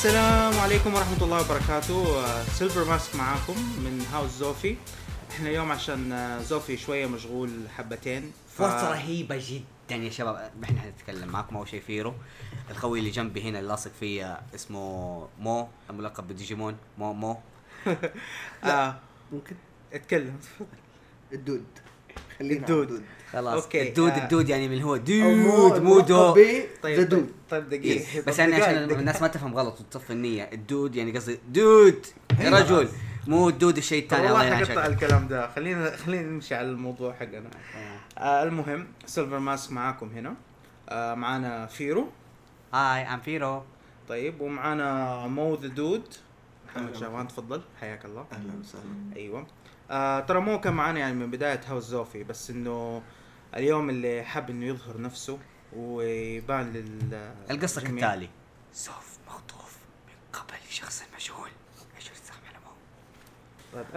السلام عليكم ورحمة الله وبركاته. سيلفر ماسك معاكم من هاوس زوفي. احنا اليوم عشان زوفي شوية مشغول حبتين فرصة رهيبة جدا يا شباب. احنا حنتكلم معكم أول شيء فيرو، الخوي اللي جنبي هنا اللي لاصق فيه اسمه مو، الملقب بديجيمون مو. ممكن اتكلم. الدود، خلينا الدود. خلاص أوكي. الدود يعني من هو دود مو دو. طيب دقيقة. بس يعني عشان الناس ما تفهم غلط وتصفي النية، الدود يعني قصدي دود يا رجل، مو الدود الشيء الثاني. والله حقطع الكلام ده. خلينا نمشي على الموضوع حقنا. المهم سيلفر ماسك معاكم هنا. معانا فيرو. هاي ام فيرو. طيب ومعانا مو ذا دود. محمد شعبان تفضل، حياك الله. اهلا وسهلا. ايوه. ترى مو كان معانا يعني من بداية هاوس زوفي، بس انه اليوم اللي حاب انه يظهر نفسه ويبان القصة كالتالي: زوف مخطوف من قبل شخص مجهول. ايش الزحمة على مو؟ طيب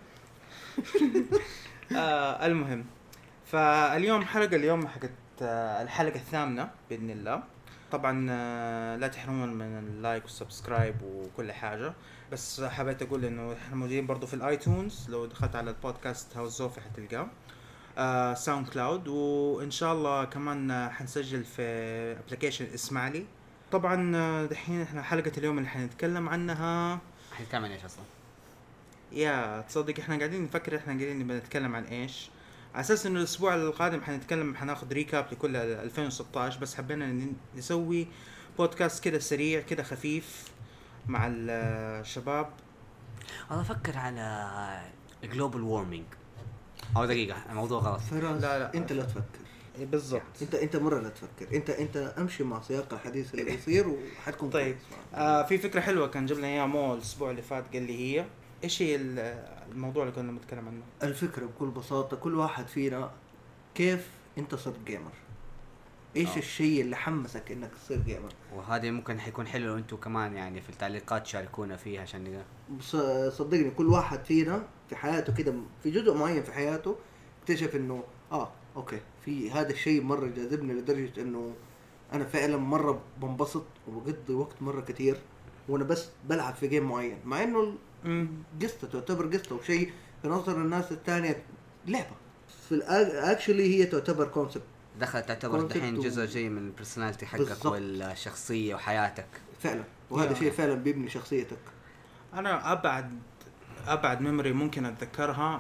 المهم فاليوم اليوم حقت الحلقة الثامنة بإذن الله. طبعا لا تحرمون من اللايك والسبسكرايب وكل حاجة. بس حبيت أقول إنه إحنا موجودين برضو في الآيتونز، لو دخلت على البودكاست هاوس زوفي حتلقاه. ساوند كلاود، وإن شاء الله كمان حنسجل في أبليكيشن اسمعلي. طبعا دحين إحنا حلقة اليوم اللي حنتكلم عنها حنتكلم عن ايش اصلا؟ يا تصدق احنا قاعدين نفكر احنا قاعدين بنتكلم عن ايش، على اساس انه الاسبوع القادم حناخد ريكاب لكل 2016، بس حبينا نسوي بودكاست كده سريع كده خفيف مع الشباب. والله افكر على جلوبال وورمينج. او دقيقة، الموضوع غلط. فراس، لا انت لا تفكر. بالضبط. انت مرة لا تفكر. انت امشي مع سياق الحديث اللي بيصير وحتكون طيب في فكرة حلوة كان جبنا اياها مو الاسبوع اللي فات، قال لي هي ايش هي الموضوع اللي كنا بنتكلم عنه. الفكرة بكل بساطة، كل واحد فينا كيف انت صرت جيمر، ايش الشيء اللي حمسك انك تصير جيمر. وهذه ممكن حيكون حلو لو انتم كمان يعني في التعليقات شاركونا فيها عشان نقدر. صدقني كل واحد فينا في حياته كده، في جزء معين في حياته اكتشف انه اوكي في هذا الشيء مرة جاذبني لدرجة انه انا فعلا مرة بنبسط وبقضي وقت مرة كتير وانا بس بلعب في جيم معين، مع انه قصة تعتبر قصة وشيء في نظر الناس الثانية لعبة، في اكشلي هي تعتبر كونسبت. دخلت تعتبر الحين جزء جاي من البرسوناليتي حقك بالزبط. والشخصية وحياتك فعلا، وهذا شيء فعلا بيبني شخصيتك. انا ابعد ميموري ممكن اتذكرها،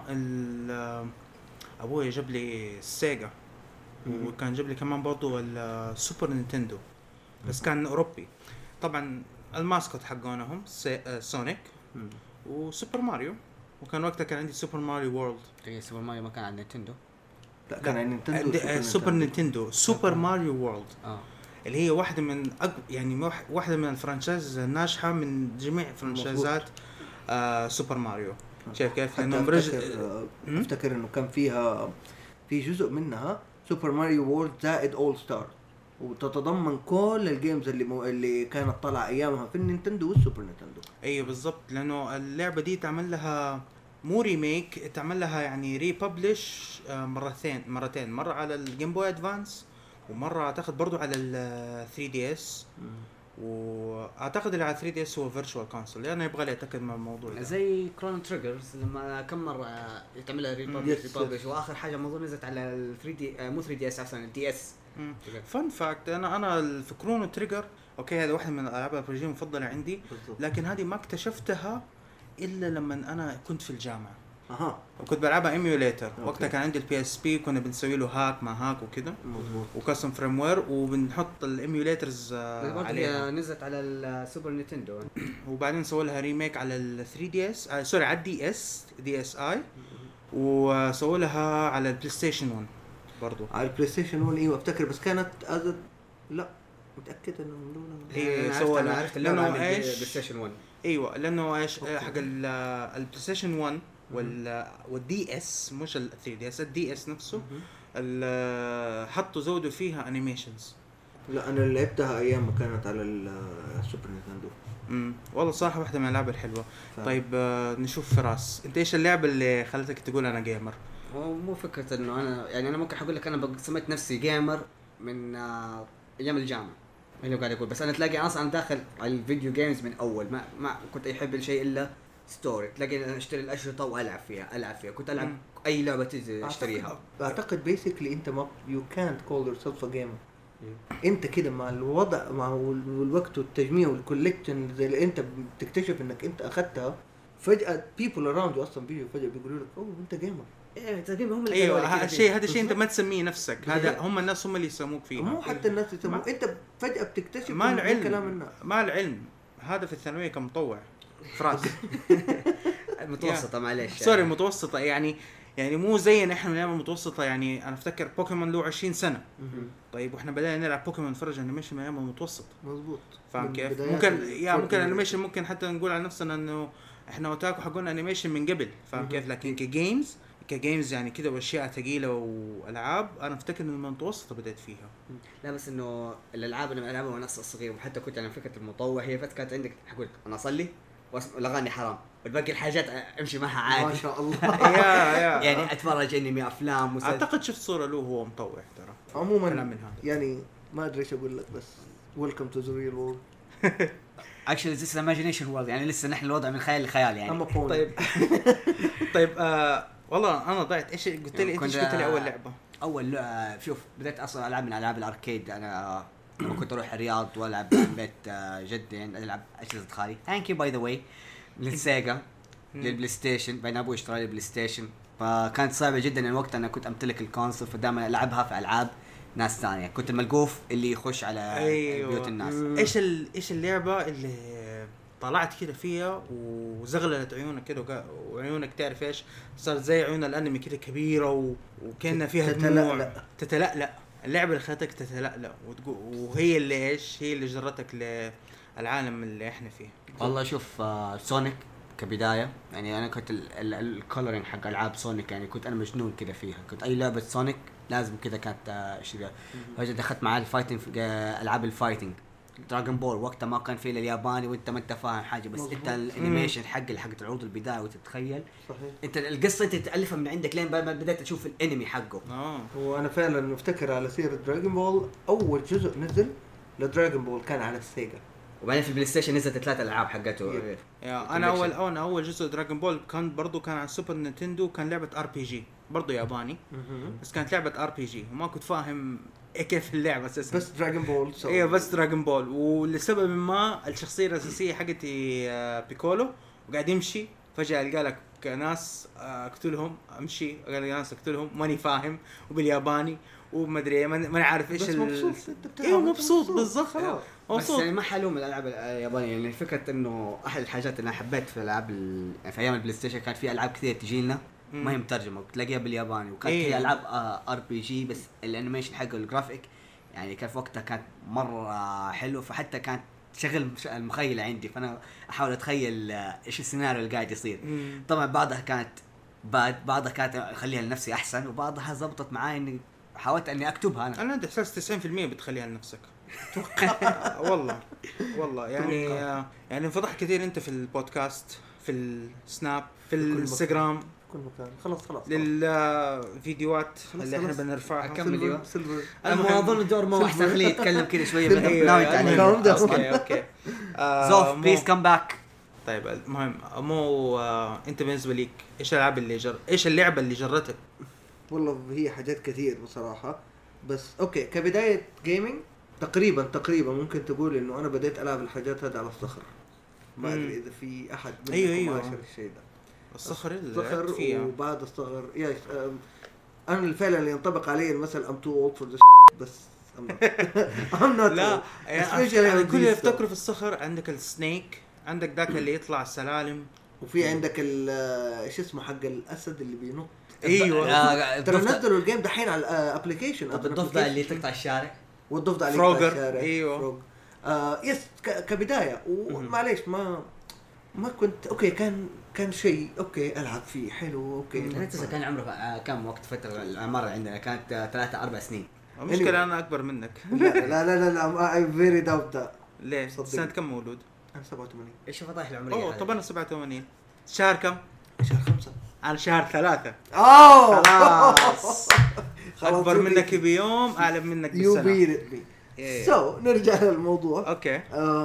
ابوي جاب لي السيجا، وكان جاب لي كمان برضو السوبر نينتندو، بس كان اوروبي. طبعا الماسكوت حقونهم سونيك وسوبر ماريو، وكان وقتها كان عندي سوبر ماريو وورلد. سوبر ماريو ما كان على نينتندو؟ لا كان عندي نينتندو سوبر نينتندو سوبر ماريو وورلد. اللي هي واحدة من يعني واحدة من الفرانشايز الناجحة من جميع فرانشايزات سوبر ماريو. شايف كيف؟ لأنه افتكر انه كان فيها في جزء منها سوبر ماريو وورلد زائد اول ستار، وتتضمن كل الجيمز اللي كانت طالعه ايامها في النينتندو والسوبر نينتندو. ايوه بالضبط، لانه اللعبة دي تعمل لها مو ريميك، تعمل لها يعني ريببلش مرتين، مرة على الجيم بوي ادفانس، ومرة اعتقد برضو على ال 3DS، واعتقد اللي على 3DS هو فيرتشوال كونسول. انا يبغى لي اتاكد من الموضوع ده. زي كرون تريجرز لما كم مرة يتعملها ريببلش واخر حاجة موضوع نزلت على ال 3D مو 3DS اصلا الدي اس. فن فاكت، انا في كرونو تريجر اوكي هذا واحدة من الالعاب الرجيم المفضلة عندي بالضبط. لكن هذه ما اكتشفتها الا لما انا كنت في الجامعة. وكنت بلعبها ايميوليتر. وقتها كان عندي البي اس بي، كنا بنسوي له هاك مع هاك وكده وكاستم فريم وير، وبنحط الايميوليترز عليها. نزلت على السوبر نينتندو وبعدين سووا لها ريميك على ال 3 دي اس سوري على الدي اس اي، وسووا لها على البلاي ستيشن 1 برضو. على البلاي ستيشن 1 ايوه افتكر، بس كانت لا متاكد انه من دون هي سووا لها. عرفت لانه ايش بلاي ستيشن 1 ايوه لانه ايش حق البلاي ستيشن 1 والدي اس، مش ال 3 دي اس، الدي اس نفسه حطوا زودوا فيها انيميشنز. لا انا لعبتها ايام ما كانت على السوبر نينتندو. والله صراحه واحده من الالعاب الحلوه. طيب نشوف فراس، انت ايش اللعبه اللي خلتك تقول انا جيمر؟ مو فكره انه انا يعني انا ممكن اقول لك انا سميت نفسي جيمر من ايام الجامعه. اللي قاعد اقول بس انا تلاقي اصلا داخل على الفيديو جيمز من اول ما كنت احب الشيء الا ستوري. تلاقي انا اشتري الاشرطه والعب فيها كنت العب اي لعبه تجي اشتريها. اعتقد بيسكلي انت ما يو كانت كول يور سيلف ا جيمر. انت كده مع الوضع مع الوقت والتجميع والكولكشن زي اللي انت بتكتشف انك انت اخذتها فجاه people around you اصلا بيجوا فجاه بيقولوا لك اوه انت جيمر. ايه تقريبا هم ايوه هذا الشيء انت ما تسميه نفسك، هذا هم الناس هم اللي يسموك فيه. مو حتى الناس يسموه، انت فجاه بتكتشف ما من العلم كلام الناس. ما العلم هذا في الثانويه كمطوع فراس متوسطه معلش سوري متوسطه يعني مو زينا احنا بنعمل متوسطه. يعني انا افتكر بوكيمون له 20 سنه. طيب واحنا بدأنا نلعب بوكيمون نتفرج انيميشن من ايام المتوسط. مظبوط. فاهم كيف؟ ممكن انيميشن ممكن حتى نقول عن نفسنا انه احنا وتاكو حقنا انيميشن من قبل. فاهم كيف؟ لكن كجيمز يعني كده واشياء ثقيله والعاب انا افتكر ان المتوسطه بدأت فيها. لا بس انه الالعاب انا العبها وانا صغير وحتى كنت يعني فكره المطوع هي كانت عندك حقول انا اصلي والاغاني حرام والباقي الحاجات امشي معها عادي ما شاء الله. يعني اتفرج انمي افلام مسلسل. اعتقد شفت صوره له وهو مطوع ترى عموما يعني ما ادري ايش اقول لك بس ويلكم تو ذا ريل وورلد. اكشلي ذس ايماجينيشن وورلد يعني لسه نحن الوضع من خيال لخيال يعني. طيب والله انا ضعت. ايش قلت لي انت؟ ايش قلت لي اول لعبه؟ اول شوف بدأت اصلا العب من العاب الاركيد. انا لما كنت اروح الرياض والعب من بيت جدي يعني العب اجهزه خالي ثانك يو باي ذا واي للسيجا للبلاي ستيشن. بعدين ابوي اشترى لي بلاي ستيشن فكانت صعبه جدا الوقت انا كنت امتلك الكونسول فدائما العبها في العاب ناس ثانيه. كنت الملقوف اللي يخش على بيوت الناس. ايش اللعبه اللي طلعت كده فيها وزغللت عيونك كده وعيونك تعرف ايش صارت زي عيون الانمي كده كبيره وكان فيها دموع تتلألأ. اللعبه اللي خلتك تتلألأ وهي اللي ايش هي اللي جرتك للعالم اللي احنا فيه. والله شوف سونيك كبدايه يعني انا كنت الكولرين حق العاب سونيك يعني كنت انا مجنون كده فيها. كنت اي لعبه سونيك لازم كده كانت اشتريها. فجأة دخلت معاه الفايتنج العاب الفايتنج دراغون بول وقتها ما كان فيه الياباني وانت ما انت فاهم حاجه بس انت الانيميشن حق العروض البدايه وتتخيل صحيح انت القصه انت تالفها من عندك لين ما بدات تشوف الانمي حقه. وانا فعلا مفتكر على سيره دراغون بول اول جزء نزل لدراغون بول كان على السيجا وبعدين في البلاي ستيشن نزلت 3 العاب حقته. انا اول جزء دراغون بول كان برضو كان على سوبر نينتندو كان لعبه ار بي جي برضو ياباني بس كانت لعبه ار بي جي وما كنت فاهم كيف اللعبه اساسا بس دراغون بول. ايوه بس دراغون بول ولسبب ما الشخصيه الاساسيه حقتي بيكولو وقاعد يمشي فجاه القى لك ناس اقتلهم امشي قال لي ناس اقتلهم ماني فاهم وبالياباني وما ادري ماني عارف ايش مبسوط ايوه مبسوط بالضبط بس يعني ما حلوم الالعاب اليابانيه يعني فكره انه احد الحاجات اللي انا حبيت في الالعاب في ايام البلاي ستيشن كان في العاب كثير تجي لنا ما هي مترجمه وتلاقيها بالياباني وكانت هي العاب ار بي جي بس الانيميشن حقه الجرافيك يعني كان في وقتها كانت مره حلو فحتى كانت شغل المخيله عندي فانا احاول اتخيل ايش السيناريو اللي قاعد يصير. طبعا بعضها كانت بعضها كانت اخليها لنفسي احسن وبعضها زبطت معاي اني حاولت اني اكتبها انا عندي احساس 90% بتخليها لنفسك والله يعني انفضح كثير انت في البودكاست في السناب في الانستغرام كل مكان خلاص الفيديوهات اللي احنا بنرفعها كمل انا اظن الدور مو احسن خليه يتكلم كده شويه اوكي زوف بليز كم باك. طيب المهم مو انت بالنسبه ليك ايش الالعاب اللي ايش اللعبه اللي جرتك؟ والله هي حاجات كثير بصراحه بس اوكي كبدايه جيمنج تقريبا ممكن تقول انه انا بديت العب الحاجات هذه على الصخر. ما ادري اذا في احد منكم عاشر الشيء ده. الصخر فيها وبعد الصغر انا الفعل اللي ينطبق عليه المثل I'm too old for this بس I'm not لا يعني كل اللي يفتكروا في الصخر عندك السنيك عندك ذاك اللي يطلع السلالم وفي عندك ايش اسمه حق الاسد اللي بينط. ايوه ترى نزلوا الجيم دحين على الابلكيشن. الضفدع اللي تقطع الشارع والضفدع اللي يقطع الشارع ايوه يس كبدايه ومعليش ما كنت اوكي كان شيء اوكي العب فيه حلو اوكي. انت كان عمره كم وقت فتره العمر عندنا كانت 3-4 سنين. المشكله انا اكبر منك. لا اي فيري داوت. ليه سنه كم مولود؟ انا 87. ايش الفضائح العمريه؟ طب انا 87. شهر كم؟ شهر 5. انا شهر 3. خلاص اكبر منك بيوم اعلى منك بسنه. يو بيت نرجع للموضوع. اوكي.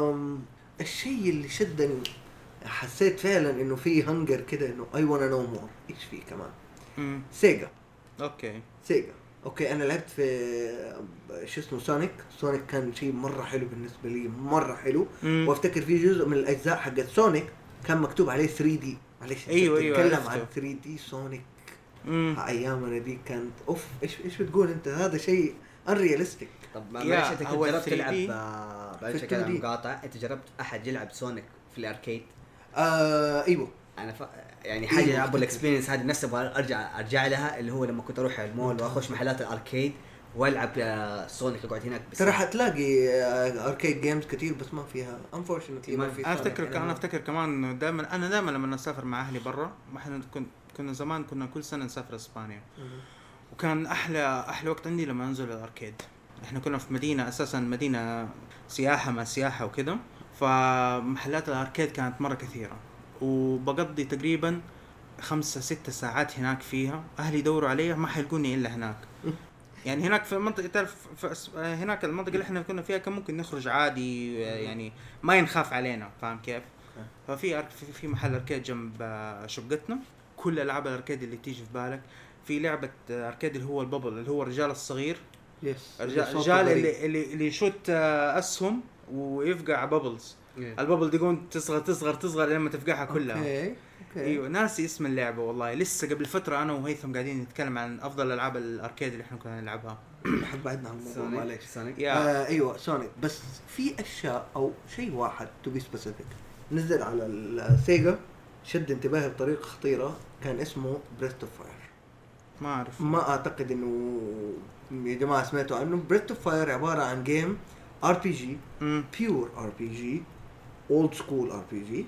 الشيء اللي شدني حسيت فعلا انه في هنجر كده انه I wanna know more. ايش في كمان؟ سيجا. اوكي. سيجا. اوكي انا لعبت في شو اسمه سونيك كان شيء مره حلو بالنسبه لي، مره حلو. وافتكر في جزء من الاجزاء حقت سونيك كان مكتوب عليه 3D. معلش ايوه نتكلم عن 3D سونيك ايامنا دي كانت اوف. ايش بتقول انت؟ هذا شيء انريالستيك. طب معلش انت كنت جربت تلعب معلش كده مقاطع، انت جربت احد يلعب سونيك في الاركيد؟ ايوه انا يعني حاجه يلعبوا الاكسبيرينس هذه نفسها ارجع لها، اللي هو لما كنت اروح المول واخش محلات الاركيد والعب سونيك اقعد هناك. بس ترى حتلاقي اركيد جيمز كتير بس ما فيها unfortunately ما في. انا افتكر كمان دائما لما نسافر مع اهلي برا، احنا كنا زمان كنا كل سنه نسافر اسبانيا. وكان احلى وقت عندي لما انزل الاركيد. احنا كنا في مدينه اساسا مدينه سياحه مع سياحه وكده، فمحلات الاركيد كانت مره كثيره، وبقضي تقريبا 5-6 ساعات هناك فيها. اهلي يدوروا علي ما حيلقوني الا هناك. يعني هناك في المنطقه تعرف هناك المنطقه اللي احنا كنا فيها كان ممكن نخرج عادي، يعني ما ينخاف علينا، فاهم كيف؟ ففي محل اركيد جنب شقتنا، كل العاب الاركيد اللي تيجي في بالك. في لعبه اركيد اللي هو البابل، اللي هو الرجال الصغير، الرجال اللي يشوت اسهم ويفقع بابلز. البابل دي يقوم تصغر لما تفقعها كلها. اوكي. ايوه ناسي اسم اللعبه والله. لسه قبل فتره انا وهيثم قاعدين نتكلم عن افضل العاب الاركيد اللي احنا كنا نلعبها. حب بعدنا عن الموضوع معليش. سونيك. ايوه سونيك. بس في اشياء او شيء واحد تو بي سبيسيفيك نزل على السيجا شد انتباهي بطريقه خطيره، كان اسمه بريث اوف فاير. ما اعرف، ما اعتقد انه يا جماعه سمعتوا عنه. بريث اوف فاير عباره عن جيم ار بي جي، بيور ار بي جي، اولد سكول ار بي جي.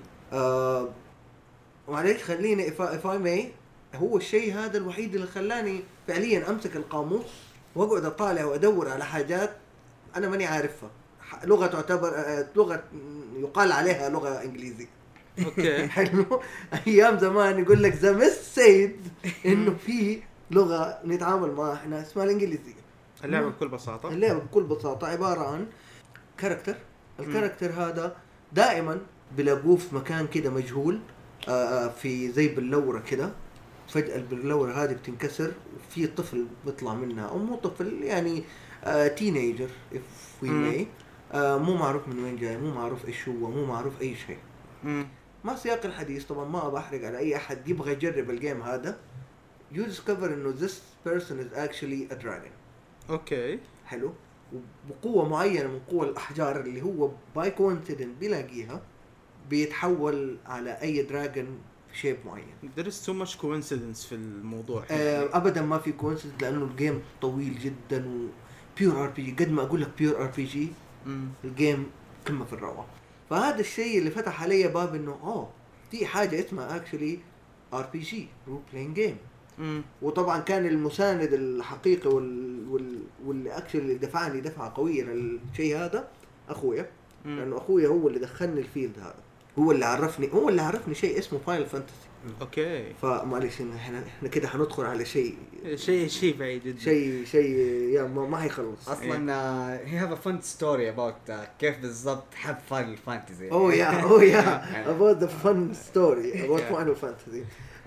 معليش خليني if I may، هو الشيء هذا الوحيد اللي خلاني فعليا امسك القاموس واقعد اطالع وادور على حاجات انا ماني عارفها. لغه تعتبر لغه يقال عليها لغه انجليزيه. اوكي. حلو. ايام زمان يقول لك زمس سيد انه في لغه نتعامل معها احنا اسمها الانجليزيه. اللعبه بكل بساطه عباره عن كاركتر. الكاركتر هذا دائما بلاقوه في مكان كده مجهول، في زي بلورة كده. فجأة البلورة هذه بتنكسر وفي طفل بيطلع منها، او مو طفل يعني تينيجر if we may. مو معروف من وين جاي، مو معروف ايش هو، مو معروف اي شيء. ما سياق الحديث طبعا ما بحرق على اي احد يبغى يجرب الجيم هذا. you discover انه this person is actually a dragon. اوكي حلو. وبقوة معينة من قوى الأحجار اللي هو باي كوينسيدنت بيلاقيها بيتحول على أي دراجون في شيب معين. there is too much coincidence في الموضوع. أبدا ما في coincidence لأنه الجيم طويل جدا و pure RPG. قد ما أقول لك pure RPG الجيم قمة في الروعة. فهذا الشيء اللي فتح علي باب إنه في حاجة اسمها actually RPG role playing game. وطبعا كان المساند الحقيقي واللي اكشلي دفعني دفعه قويه للشيء هذا اخويا. لانه اخويا هو اللي دخلني الفيلد هذا، هو اللي عرفني شيء اسمه فاينل فانتسي. اوكي. فمعليش احنا كده حندخل على شيء بعيد جدا، شيء يا ما هيخلص اصلا. he have a fun story about كيف بالضبط حب فاينل فانتسي. about the fun story about Final Fantasy.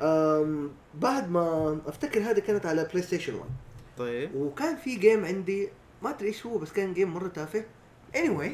بعد ما افتكر هذه كانت على بلاي ستيشن 1. طيب. وكان في جيم عندي ما ادري ايش هو، بس كان جيم مره تافه. anyway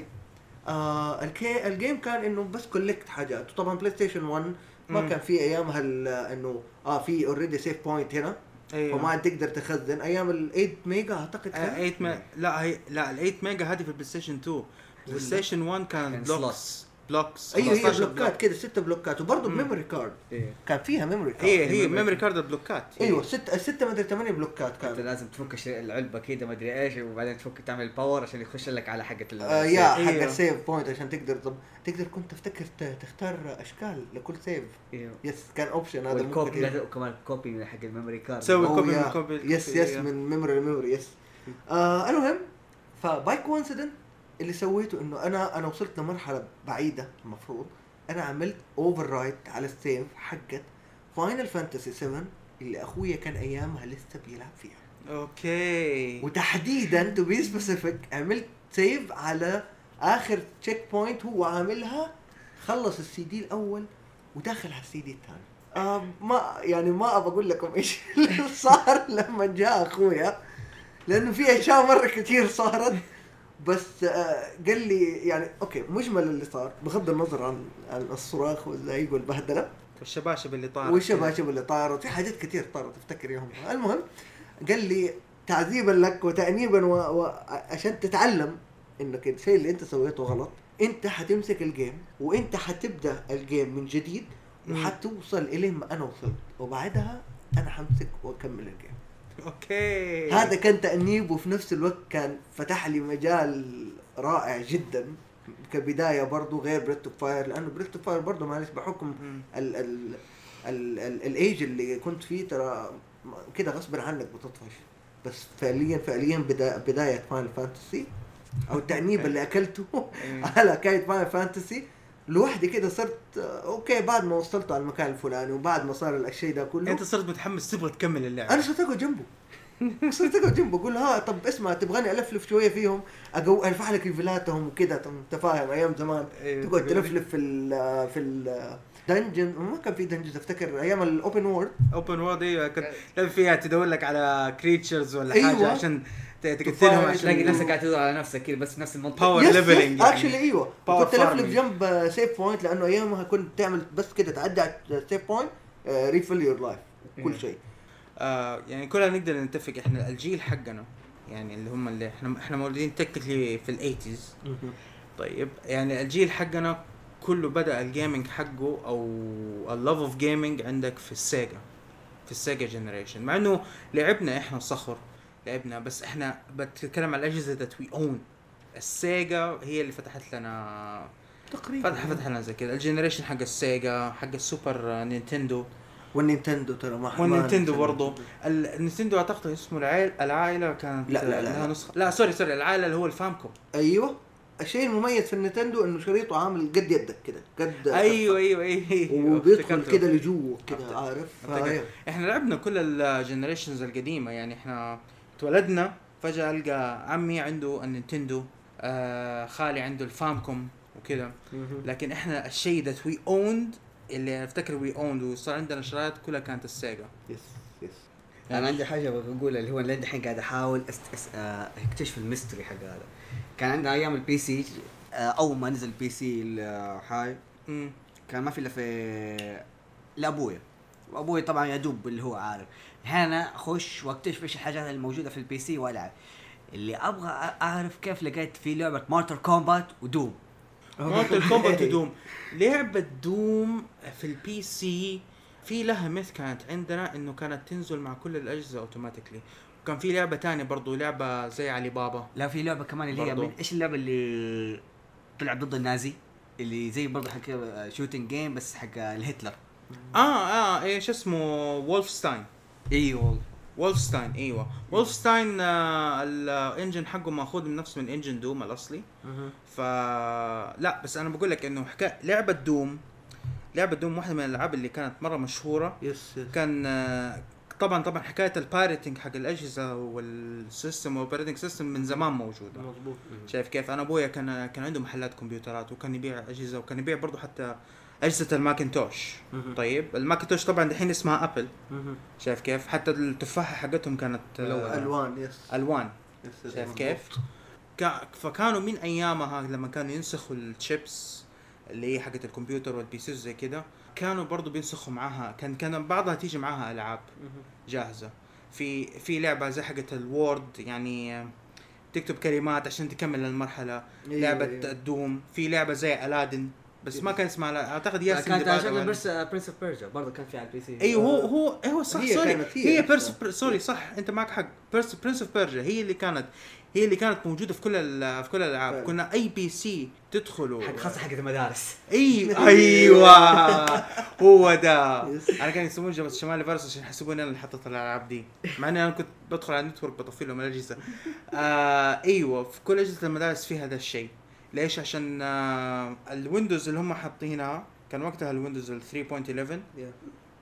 الجيم كان انه بس كولكت حاجات. وطبعا بلاي ستيشن 1 ما كان في ايامها انه في اوريدي سيف بوينت هنا. أيوة. فما تقدر تخزن. ايام ال 8 ميجا اعتقد كان لا ال 8 ميجا هذه في البلاي ستيشن 2. بلاي ستيشن 1 كان بلوكس. ايوه هي بلوكات كده 6 بلوكات وبرضه ميموري كارد. كان فيها ميموري كارد. هي ميموري كارد البلوكات. ايوه 6 ما ادري 8 بلوكات كان. انت لازم تفك العلبه كده ما ادري ايش، وبعدين تفك تعمل باور عشان يخش لك على حقه حق السيف بوينت عشان تقدر كنت تفتكر تختار اشكال لكل سيف. يس كان اوبشن هذا ممكن وكمان كوبي من حق الميموري كارد. سوي كوبي يس من ميموري يس. المهم فباي كوينسيدنت اللي سويته انه انا وصلت لمرحله بعيده. المفروض انا عملت اوفر رايت على السيف حقت فاينل فانتسي 7 اللي اخويا كان ايامها لسه بيلعب فيها. اوكي. وتحديدا تو بي سبيسيفيك عملت سيف على اخر تشيك بوينت هو عاملها، خلص السي دي الاول وداخل على السي دي الثاني. ما يعني ما ابى اقول لكم ايش اللي صار لما جاء اخويا، لانه في اشياء مره كثير صارت. بس قال لي يعني اوكي مجمل اللي صار بغض النظر عن الصراخ والزعيق والبهدله والشباشب اللي طارت والشباشب اللي طارت، في حاجات كثير طارت افتكر يومها. المهم قال لي تعذيبا لك وتأنيبا عشان تتعلم انك الشيء اللي انت سويته غلط، انت حتمسك الجيم وانت حتبدا الجيم من جديد وحتوصل اليه ما انا وصلت، وبعدها انا حمسك واكمل الجيم. اوكي هذا كان تأنيب، وفي نفس الوقت كان فتح لي مجال رائع جدا كبدايه برضو غير بريث اوف فاير، لانه بريث اوف فاير برضو معلش بحكم الايج اللي كنت فيه ترى كده غصب عنك بتطفش. بس فعليا بدايه فاينل فانتسي او التأنيب اللي اكلته على كايد فاينل فانتسي لوحدي كده صرت اوكي بعد ما وصلت على المكان الفلاني وبعد ما صار الشيء ده كله انت صرت متحمس تبغى تكمل اللعبه. انا صرت اقعد جنبه اقول ها طب اسمع تبغاني الفلف شويه فيهم ارفع لك ليفلاتهم وكده، انت فاهم ايام زمان تقعد تلفلف في دنجن، ما كان في دنجن افتكر ايام الاوبن وورد. ايوه كنت فيها تدور لك على كريتشرز ولا أيوة. حاجه عشان تقتلهم عشان تلاقي نفسك قاعد تدور على نفسك كذا بس نفس المنطقه. باور ليفلنج اكشلي ايوه كنت farming. تلفلف جنب سيف بوينت، لانه ايامها كنت تعمل بس كده تعدي على سيف بوينت ريفيل يور لايف كل شيء. يعني كلنا نقدر نتفق احنا الجيل حقنا يعني اللي هم اللي احنا مولودين تكنيكلي في الايتيز. طيب يعني الجيل حقنا كله بدأ الجيمنج حقه او اللوف اوف جيمنج عندك في السيجا جنريشن، مع انه لعبنا احنا صخر لعبنا، بس احنا بتكلم على الاجهزه ذات وي اون. السيجا هي اللي فتحت لنا تقريبا فتح لنا زي كده الجنريشن حق السيجا حق السوبر نينتندو والنينتندو ترى ما والنينتندو برضه. النينتندو اعتقد اسمه العائله كانت لها نسخه. لا سوري العائله اللي هو الفامكوم. ايوه الشيء المميز في النينتندو انه شريطه عامل قد يدك كده قد ايوه وبيدخل كده لجوه كده عارف. احنا لعبنا كل الجنريشنز القديمه، يعني احنا اتولدنا فجاه القى عمي عنده النينتندو، خالي عنده الفامكوم وكده. لكن احنا الشيء ذات وي اوند اللي افتكر وي اوند وصار عندنا شرايط كلها كانت السيجا. يس انا عندي حاجه بقولها اللي هو اللي الحين قاعد احاول اكتشف الميستري حق هذا. كان عندنا ايام البي سي اول ما نزل البي سي الحاي كان ما في الا في لابويا، وابوي طبعا يدوب اللي هو عارف. هنا اخش واكتشف ايش الحاجات الموجوده في البي سي والعب. اللي ابغى اعرف كيف لقيت في لعبه مارتل كومبات ودوم. مارتل كومبات ودوم. لعبه دوم في البي سي في لها مثل كانت عندنا انه كانت تنزل مع كل الاجهزه اوتوماتيكلي. وكان في لعبه تانية برضو لعبه زي علي بابا. لا في لعبه كمان اللي هي ايش اللعبه اللي طلع ضد النازي اللي زي برضو حق شوتينج جيم بس حق الهتلر. ايش اسمه وولفستاين. ايوه وولفستاين الانجن حقه ماخوذ من نفس من انجن دوم الاصلي. لا بس انا بقول لك انه لعبه دوم واحده من الالعاب اللي كانت مره مشهوره. كان طبعا حكايه البايرتنج حق الاجهزه والسيستم والبايرتنج سيستم من زمان موجوده. مظبوط. شايف كيف انا ابويا كان عنده محلات كمبيوترات وكان يبيع اجهزه وكان يبيع برضه حتى اجهزه الماكنتوش. طيب الماكنتوش طبعا الحين اسمها ابل. شايف كيف حتى التفاحه حقتهم كانت الوان. شايف كيف فكانوا من ايامها لما كانوا ينسخوا الشيبس اللي هي حقت الكمبيوتر والبي سي زي كده كانوا برضو بينسخوا معاها. كان بعضها تيجي معاها العاب جاهزه. في لعبه زي حقت الوورد يعني تكتب كلمات عشان تكمل المرحله. لعبه الدوم. في لعبه زي ألادين بس ما كان اسمها اعتقد ياسين كانت عشان برنس اوف بيرجا برضه كان في على البي سي. ايوه هو صح. هي سوري صح انت معك حق. برنس اوف بيرجا هي اللي كانت موجوده في كل الالعاب. كنا اي بي سي تدخلوا خاصه حق المدارس. ايوه هو ده. انا كان يسمون جامعه الشمال فارس عشان يحسبوني انا اللي حطيت الالعاب دي، مع اني انا كنت بدخل على النتورك بطفي لهم الاجهزه. ايوه في كل اجهزه المدارس في هذا الشيء. ليش؟ عشان الويندوز اللي هم حاطينها كان وقتها الويندوز 3.11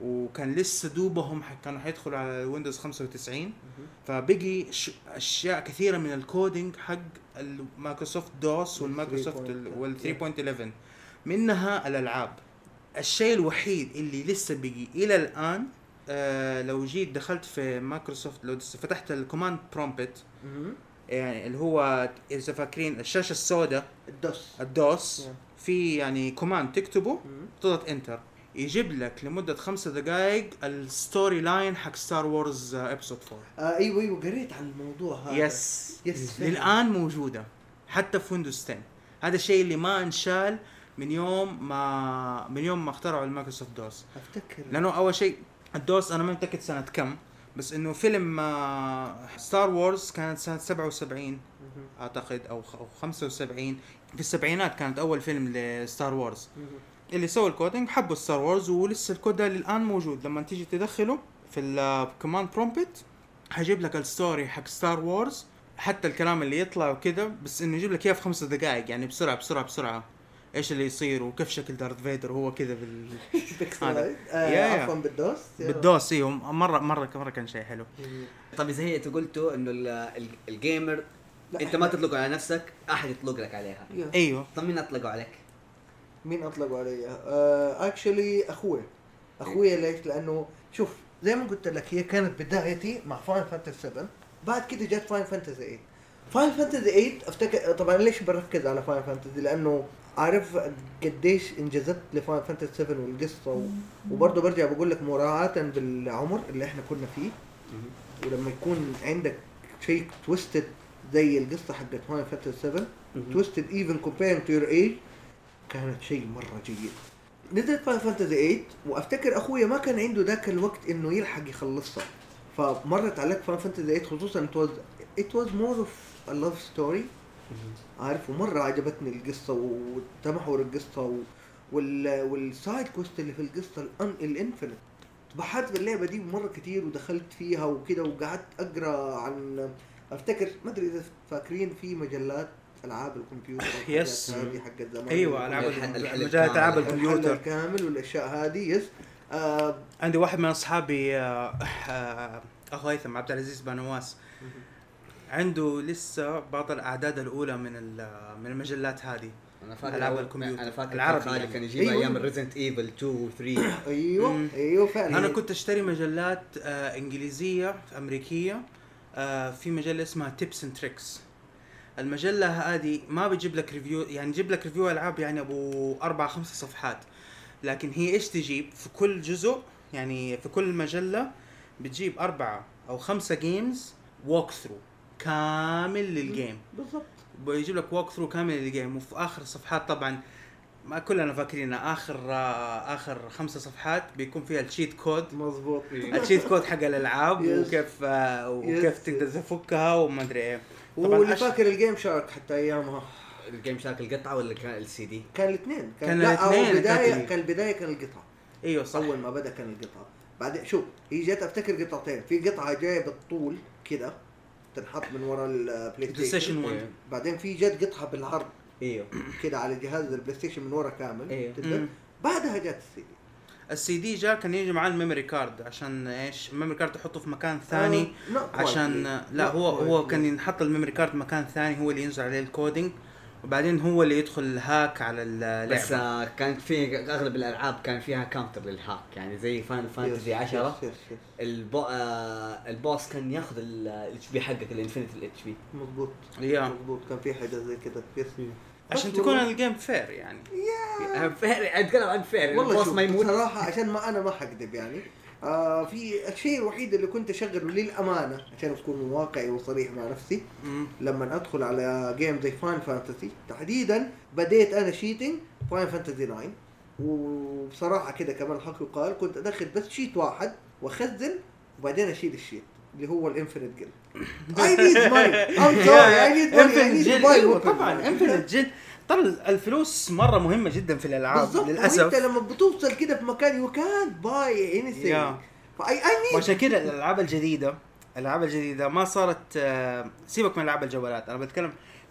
وكان لسه دوبهم كانوا حيدخلوا على ويندوز 95. فبقي اشياء كثيره من الكودينج حق المايكروسوفت دوس والمايكروسوفت وال 3.11 منها الالعاب. الشيء الوحيد اللي لسه بقي الى الان لو جيت دخلت في مايكروسوفت، لو فتحت الكوماند برومبت يعني اللي هو اذا فاكرين الشاشه السوداء الدوس في يعني كوماند تكتبه تضغط انتر يجيب لك لمده 5 دقائق الستوري لاين حق ستار وورز ابسود 4. ايوه قريت عن الموضوع هذا. يس للان موجوده حتى في ويندوز 10. هذا الشيء اللي ما انشال من يوم ما اخترعوا المايكروسوفت دوس. افتكر لانه اول شيء الدوس انا ما متاكد سنه كم، بس انه فيلم ستار وورز كانت سنه 77 اعتقد او 75. في السبعينات كانت اول فيلم لستار وورز. اللي سوى الكودينج حبوا ستار وورز، ولسه الكود ده الان موجود. لما تيجي تدخله في الكوماند برومبت هيجيب لك الستوري حق ستار وورز، حتى الكلام اللي يطلع وكذا، بس انه يجيب لك اياه في 5 دقائق يعني بسرعه ايش اللي يصير وكيف شكل دارث فيدر وهو كذا عفوا بالدوس ايوه مره كان شيء حلو. طب اذا هي قلتوا انه الجيمر انت ما تطلقوا على نفسك، احد يطلق لك عليها. ايوه. طب مين اطلقوا عليك؟ مين اطلقوا علي؟ اكشلي اخويا ليش؟ لانه شوف زي ما قلت لك هي كانت بدايتي مع فاين فانتسي 7، بعد كده جت فاين فانتسي 8. فاين فانتسي 8 افتكر طبعا ليش بركز على فاين فانتسي، لانه عارف قديش انجزت لفاين فانتسي 7 والقصه وبرضه برجع بقول لك مراعاه بالعمر اللي احنا كنا فيه، ولما يكون عندك شيء تويستد زي القصه حقت فاين فانتسي 7 تويستد ايفن كومبيرنج تو يور ايج، كانت شيء مره جيد. نزلت فاين فانتسي 8 وافتكر اخويا ما كان عنده ذاك الوقت انه يلحق يخلصها، فمرت عليك فاين فانتسي 8 خصوصا it was more of a love story عارف، ومره عجبتني القصه وتمحور القصه والسايد كوست اللي في القصه الانفينيت. بحثت باللعبه دي مره كتير ودخلت فيها وكده وقعدت اقرا عن، افتكر ما ادري اذا فاكرين في مجلات العاب الكمبيوتر يس هذه حقت زمان. ايوه مجلات العاب الكمبيوتر كامل والاشياء هذه. يس عندي واحد من اصحابي اخو هيثم عبد العزيز بنواس عنده لسه بعض الاعداد الاولى من المجلات هذه. انا فاكر العاب الكمبيوتر انا فاكر العربي يعني كان يجيب ايام ريزنت ايفل 2 و 3. ايوه فعلا. انا كنت اشتري مجلات انجليزيه امريكيه، في مجله اسمها تيبس اند تريكس. المجله هذه ما بتجيب لك ريفيو، يعني تجيب لك ريفيو العاب يعني ابو 4-5 صفحات، لكن هي ايش تجيب في كل جزء، يعني في كل مجله بتجيب 4 أو 5 جيمز ووك ثرو كامل للجيم. بالضبط بيجيب لك ووك ثرو كامل للجيم، وفي اخر صفحات طبعا ما كلنا فاكرين اخر 5 صفحات بيكون فيها الشيت كود. مظبوط الشيت كود حق الالعاب وكيف تقدر تفكها وما ادري ايه. طبعا واللي فاكر الجيم شارك حتى ايامها. الجيم شارك القطعه ولا كان السي دي؟ كان الاثنين. كان الاثنين. كان البدايه كان القطعه. ايوه صح. اول ما بدا كان القطعه، بعدين شوف هي جت افتكر قطعتين، في قطعه جايه بالطول كده تنحط من ورا البلاي ستيشن 1، بعدين في جت قطعه بالعرض ايوه كده على جهاز البلاي ستيشن من ورا كامل. ايوه. بعدها جت السي دي جاء كان يجي معاه الميموري كارد، عشان ايش الميموري كارد تحطه في مكان ثاني عشان لا هو كان ينحط الميموري كارد مكان ثاني، هو اللي ينزل عليه الكودينج وبعدين هو اللي يدخل هاك على اللعبه. بس كانت في اغلب الالعاب كان فيها كاونتر للهاك، يعني زي فاينل فانتسي 10 البوس كان ياخذ الاتش بي حقك الانفينيتي الاتش بي. مظبوط مظبوط كان في حاجه زي كده. يس عشان تكون الجيم فير يعني فير. اتكلم عن فير البوس ما يموت صراحه، عشان ما انا ما حكذب يعني. في الشيء الوحيد اللي كنت اشغله للامانه عشان اكون واقعي وصريح مع نفسي، لما ادخل على جيم زي فاين فانتسي تحديدا بديت انا شيتنج فاين فانتسي 9، وبصراحه كده كمان الحق يقال كنت ادخل بس شيت واحد واخزن وبعدين اشيل الشيت اللي هو الانفينيت جيل. I need money. I'm sorry I need money. I need to buy. طبعا انفينيت جيل. طبعا الفلوس مره مهمه جدا في الالعاب للاسف. انت لما بتوصل كده في مكان you can't buy anything. وعشان كده الالعاب الجديده ما صارت سيبك من العاب الجوالات، انا بتكلم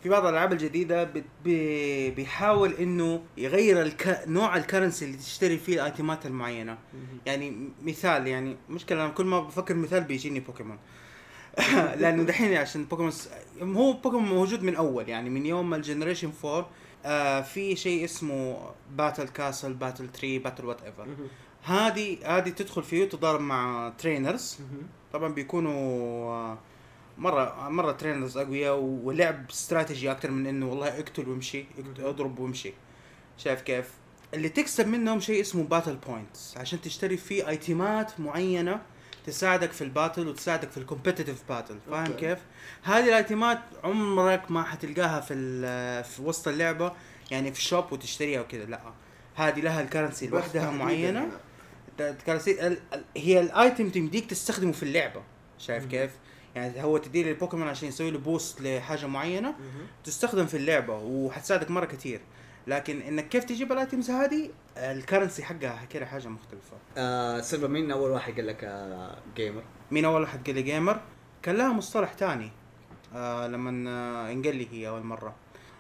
في بعض الالعاب الجديده بيحاول انه يغير نوع الكرنسي اللي تشتري فيه الايتمات المعينه. يعني مثال، يعني مشكله انا كل ما بفكر مثال بيجيني بوكيمون. لانه دحين عشان بوكيمون هو بوكيمون موجود من اول، يعني من يوم الجنريشن 4 في شيء اسمه باتل كاسل، باتل تري، باتل وات ايفر. هذه تدخل فيه تضارب مع ترينرز. طبعا بيكونوا مرة ترينرز أقوياء، ولعب استراتيجي أكتر من إنه والله اقتل وامشي، اضرب وامشي. شايف كيف؟ اللي تكسب منهم شيء اسمه باتل بوينتس، عشان تشتري فيه ايتمات معينة تساعدك في الباتل وتساعدك في الكومبيتيتيف باتل. فاهم كيف؟ هذه الايتمات عمرك ما حتلقاها في وسط اللعبة، يعني في الشوب وتشتريها وكذا. لا، هذه لها الكرنسي لوحدها معينة. الكرنسي هي الايتم تمديك تستخدمه في اللعبة. شايف كيف؟ يعني هو تدير البوكيمون عشان يسوي له بوست لحاجه معينه تستخدم في اللعبه وحتساعدك مره كتير. لكن انك كيف تجيب الايتمز هذه الكرنسي حقها كده حاجه مختلفه. سيلفا، مين اول واحد قال لك جيمر؟ مين اول واحد قال لي جيمر؟ كان لها مصطلح تاني لما انقل لي هي اول مره.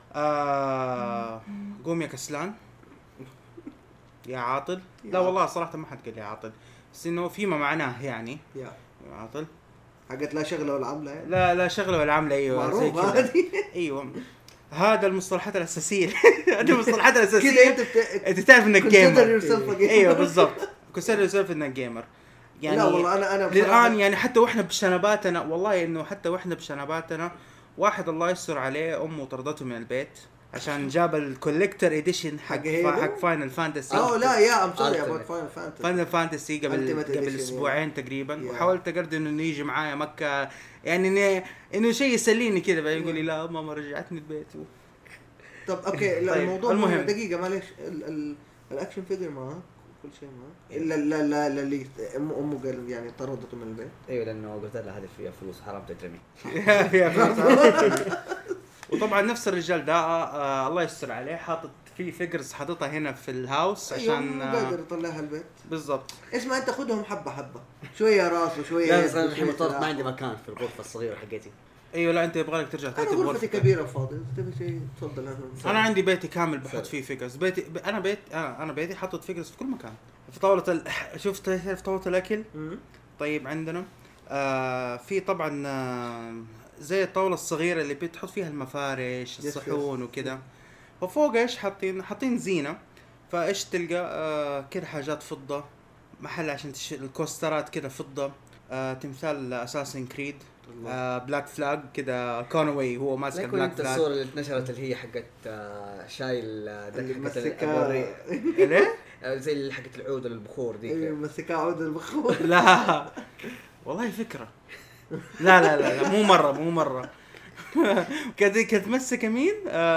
قوم يا كسلان يا عاطل. لا والله صراحه ما حد قال لي عاطل، بس انه فيما معناه يعني يا عاطل حاجت لا شغله ولا عامله يعني. لا شغله ولا عامله. ايوه زي كذا. ايوه هذا المصطلحات الاساسيه. هذه المصطلحات الاساسيه كده انت تعرف انك جيمر. ايوه بالضبط، كونسيدر يورسيلف انك جيمر. يعني لا والله انا الان يعني حتى واحنا بشنباتنا، والله انه حتى واحنا بشنباتنا واحد الله يستر عليه امه طردته من البيت عشان جاب الكوليكتر اديشن حق فاينل فانتسي. لا يا ام سوري ابوت فاينل فانتسي قبل اسبوعين تقريبا. وحاولت اقرد انه يجي معايا مكه، يعني انه شيء يسليني كذا. بعدين يقول لي لا ماما رجعتني البيت. طب اوكي. طيب. الموضوع المهم دقيقه معلش، الاكشن فيجر معاك كل شيء معاك الا لا اللي امه قال يعني طردته من البيت. ايوه لانه قلت لها هذه فيها فلوس حرام تترمي. فيها فلوس. وطبعا نفس الرجال ده الله يستر عليه حاطط في فيجرز حاططها هنا في الهاوس عشان قادر يطلعها البيت. بالضبط. اسمع انت خدهم حبه حبه، شويه راس وشويه. لا بس انا الحين مطرت ما عندي مكان في الغرفه الصغيره حقتي. ايوه لا انت يبغالك ترجع ترتب غرفتي كبيره فاضيه، تبي شيء تفضل. انا عندي بيتي كامل بحط فيه فيجرز. انا بيتي حاطط فيجرز في كل مكان. في طاوله شفت في طاوله الاكل. طيب عندنا في طبعا زي الطاوله الصغيره اللي بتحط فيها المفارش الصحون وكده. وفوق ايش حاطين زينه. فايش تلقى كده حاجات فضه، محل عشان الكوسترات كده فضه. تمثال اساسن كريد، بلاك فلاج كده كونوي هو ماسك البلاك فلاج. الصوره اللي اتنشرت اللي هي حقت شايل مسكها ليه زي اللي حقت العود البخور دي مسكها عود البخور. لا والله فكره. لا مو مره. كانت مسكه مين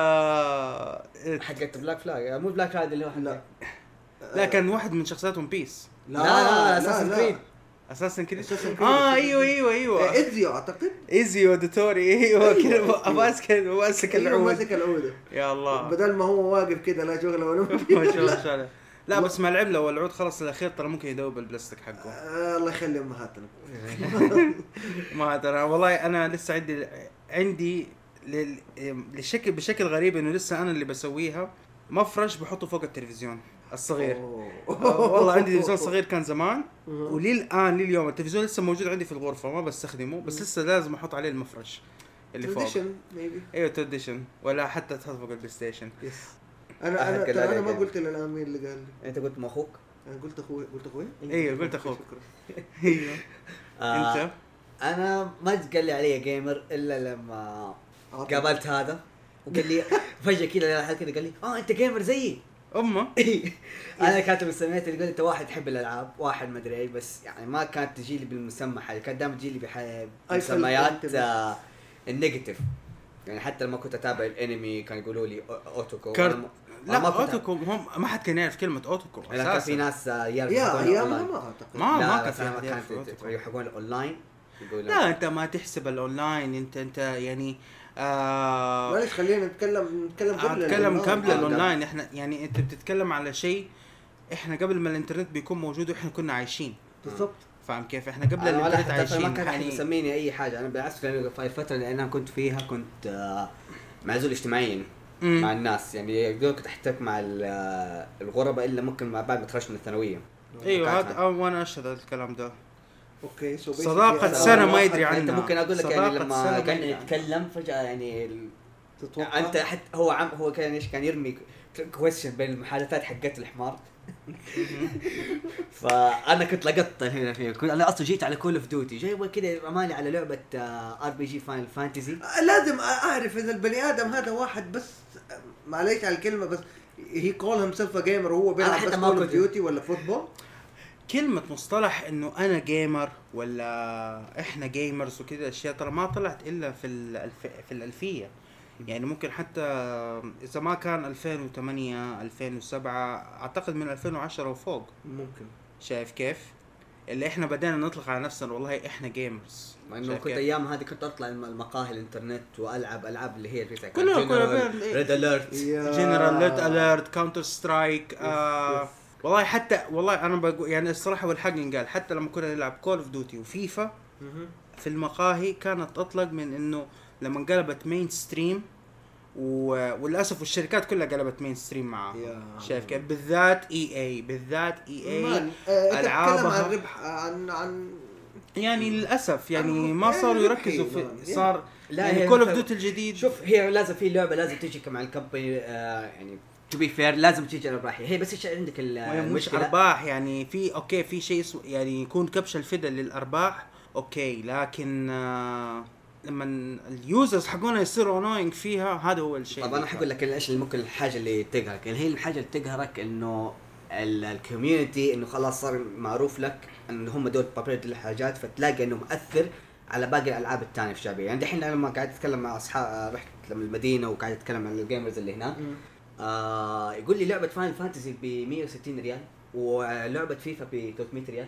حقت بلاك فلاج، مو بلاك فلاج اللي هو لا كان واحد من شخصيات ون بيس. لا اساسن كريد. ايوه ايزيو اعتقد، ايزيو ديتوري. ايوه كده ماسك العود. يا الله بدل ما هو واقف كده لا شغله ولا لا بس مع العلم لو العود خلص الاخير ترى ممكن يذوب البلاستيك حقه. الله يخلي امهاتنا. ما ترى والله انا لسه عندي بشكل غريب انه لسه انا اللي بسويها. مفرش بحطه فوق التلفزيون الصغير. والله عندي تلفزيون صغير كان زمان، لليوم التلفزيون لسه موجود عندي في الغرفه ما بستخدمه، بس لسه لازم احط عليه المفرش اللي فوق. ايوه تراديشن، ولا حتى تحط فوق البلاي ستيشن. انا ما قلت للان مين اللي قال لي. انت قلت اخوك؟ انا قلت اخوي. ايوه قلت اخوك. ايوه انت انا ما قال لي علي جيمر الا لما قابلت هذا وقال لي فجاه كذا كده قال لي انت جيمر زيي امه. انا كاتب السميات اللي قلت انت واحد تحب الالعاب، واحد ما ادري ايه، بس يعني ما كانت تجي لي بالمسمى حاجه، كانت دائما تجي لي بمسميات النيجاتيف. يعني حتى لما كنت اتابع الانمي كانوا يقولوا لي اوتوكو. لا اوتوكو هم ما حد كان يعرف كلمه اوتوكو اساسا. كان في ناس ما كان في احد يعرف يحبون الاونلاين. لا انت ما تحسب الاونلاين، انت يعني معلش خلينا نتكلم قبل الاونلاين. احنا يعني انت بتتكلم على شيء احنا قبل ما الانترنت بيكون موجود واحنا كنا عايشين. بالضبط. فاهم كيف؟ احنا قبل الانترنت عايشين. ما كان حد يسميني اي حاجه. انا بالعكس في الفتره اللي انا كنت فيها كنت معزول اجتماعيا مع الناس، يعني يقدرك تحتك مع الغرباء الا ممكن مع بعد ما تخرج من الثانويه. ايوه هذا وانا اشهد الكلام ده. اوكي صداقة سنة ما يدري عنها. انت ممكن اقول لك يعني لما كان قاعد نتكلم فجاه يعني تتوقع انت حتى هو كان ايش كان يرمي كويشن بين المحادثات حقت الحمار. فانا كنت لقطت هنا فيه، انا اصلا جيت على كول اوف ديوتي جاي كذا رمالي على لعبه ار بي جي فاينل فانتزي. لازم اعرف اذا البني ادم هذا واحد بس، معليش على الكلمه بس هي كول هيم سيلف جيمر وهو بيلعب بس كول اوف ديوتي ولا فوتبول. كلمة مصطلح انه انا جيمر ولا احنا جيمرز وكذا اشياء ترى ما طلعت الا في الالفية. يعني ممكن حتى اذا ما كان 2008 2007 اعتقد من 2010 وفوق ممكن. شايف كيف اللي احنا بدينا نطلق على نفسنا والله احنا جيمرز. مع انه كنت ايام هذه كنت اطلع المقاهي الانترنت والعب اللي هي الريتك كلها ريد اليرت جنرال ريد اليرت كاونتر سترايك. والله حتى والله انا بقول يعني الصراحه والحق ينقال حتى لما كنا نلعب كول اوف ديوتي وفيفا في المقاهي كانت تطلق من انه لما انقلبت مين ستريم وللاسف الشركات كلها قلبت مين ستريم معاها. شايف كيف بالذات بالذات العابها عن ربح عن يعني للاسف يعني ما صاروا يركزوا في صار لا يعني كول اوف ديوتي الجديد. شوف هي لازم في لعبه لازم تيجي مع الكمباني يعني تو بي فير لازم تيجي ارباح. هي بس ايش عندك مش ارباح يعني في اوكي في شيء يعني يكون كبش الفدا للارباح اوكي لكن لما اليوزرز حقونا يصيروا انوينج فيها هذا هو الشيء. طب انا حقول لك ايش ممكن الحاجه اللي تقهرك. هي الحاجه اللي تقهرك انه الكوميونتي انه خلاص صار معروف لك ان هم دول بابيلتي للحاجات فتلاقي انه مؤثر على باقي الالعاب الثانيه في الشعبيه. يعني دحين لما قاعد اتكلم مع اصحاب رحت لما المدينه وقاعد اتكلم عن الجيمرز اللي هناك يقول لي لعبه فاينل فانتسي ب 160 ريال ولعبه فيفا ب 300 ريال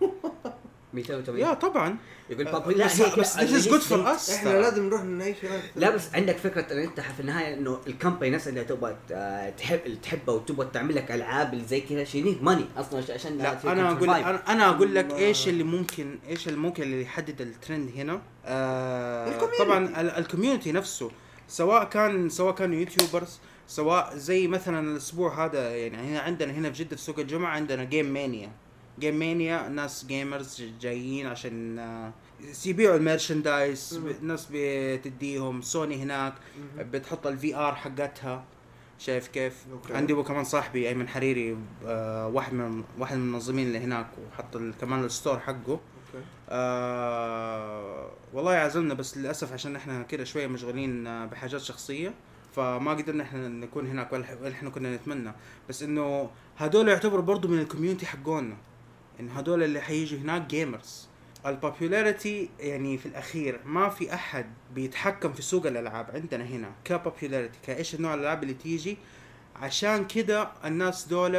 280. يا طبعا يقول لا بس this is good for us. احنا لازم نروح نعيش هناك. لا بس عندك فكره ان انت في النهايه انه الكمباني نفسها اللي تبغى تحبها وتبغى تعمل لك العاب اللي زي كذا شيء نيد ماني اصلا عشان لا انا اقول لك ايش اللي ممكن اللي يحدد الترند هنا. طبعا الكوميونتي نفسه سواء كانوا يوتيوبرز سواء زي مثلا الاسبوع هذا يعني عندنا هنا في جدة في سوق الجمعة عندنا جيم مانيا ناس جيمرز جايين عشان يبيعوا الميرشندايز. ناس بتديهم سوني هناك بتحط الفي ار حقتها. شايف كيف عندي كمان صاحبي ايمن حريري واحد من المنظمين اللي هناك وحط كمان الستور حقه. والله عزمنا بس للاسف عشان احنا كده شويه مشغولين بحاجات شخصيه فما قدرنا احنا نكون هناك ولا احنا كنا نتمنى. بس انه هدول يعتبروا برضو من الكوميونتي حقونا انه هدول اللي حييجوا هناك جيمرز. البوبولاريتي يعني في الاخير ما في احد بيتحكم في سوق الالعاب عندنا هنا كبوبولاريتي كايش النوع الالعاب اللي تيجي. عشان كده الناس دول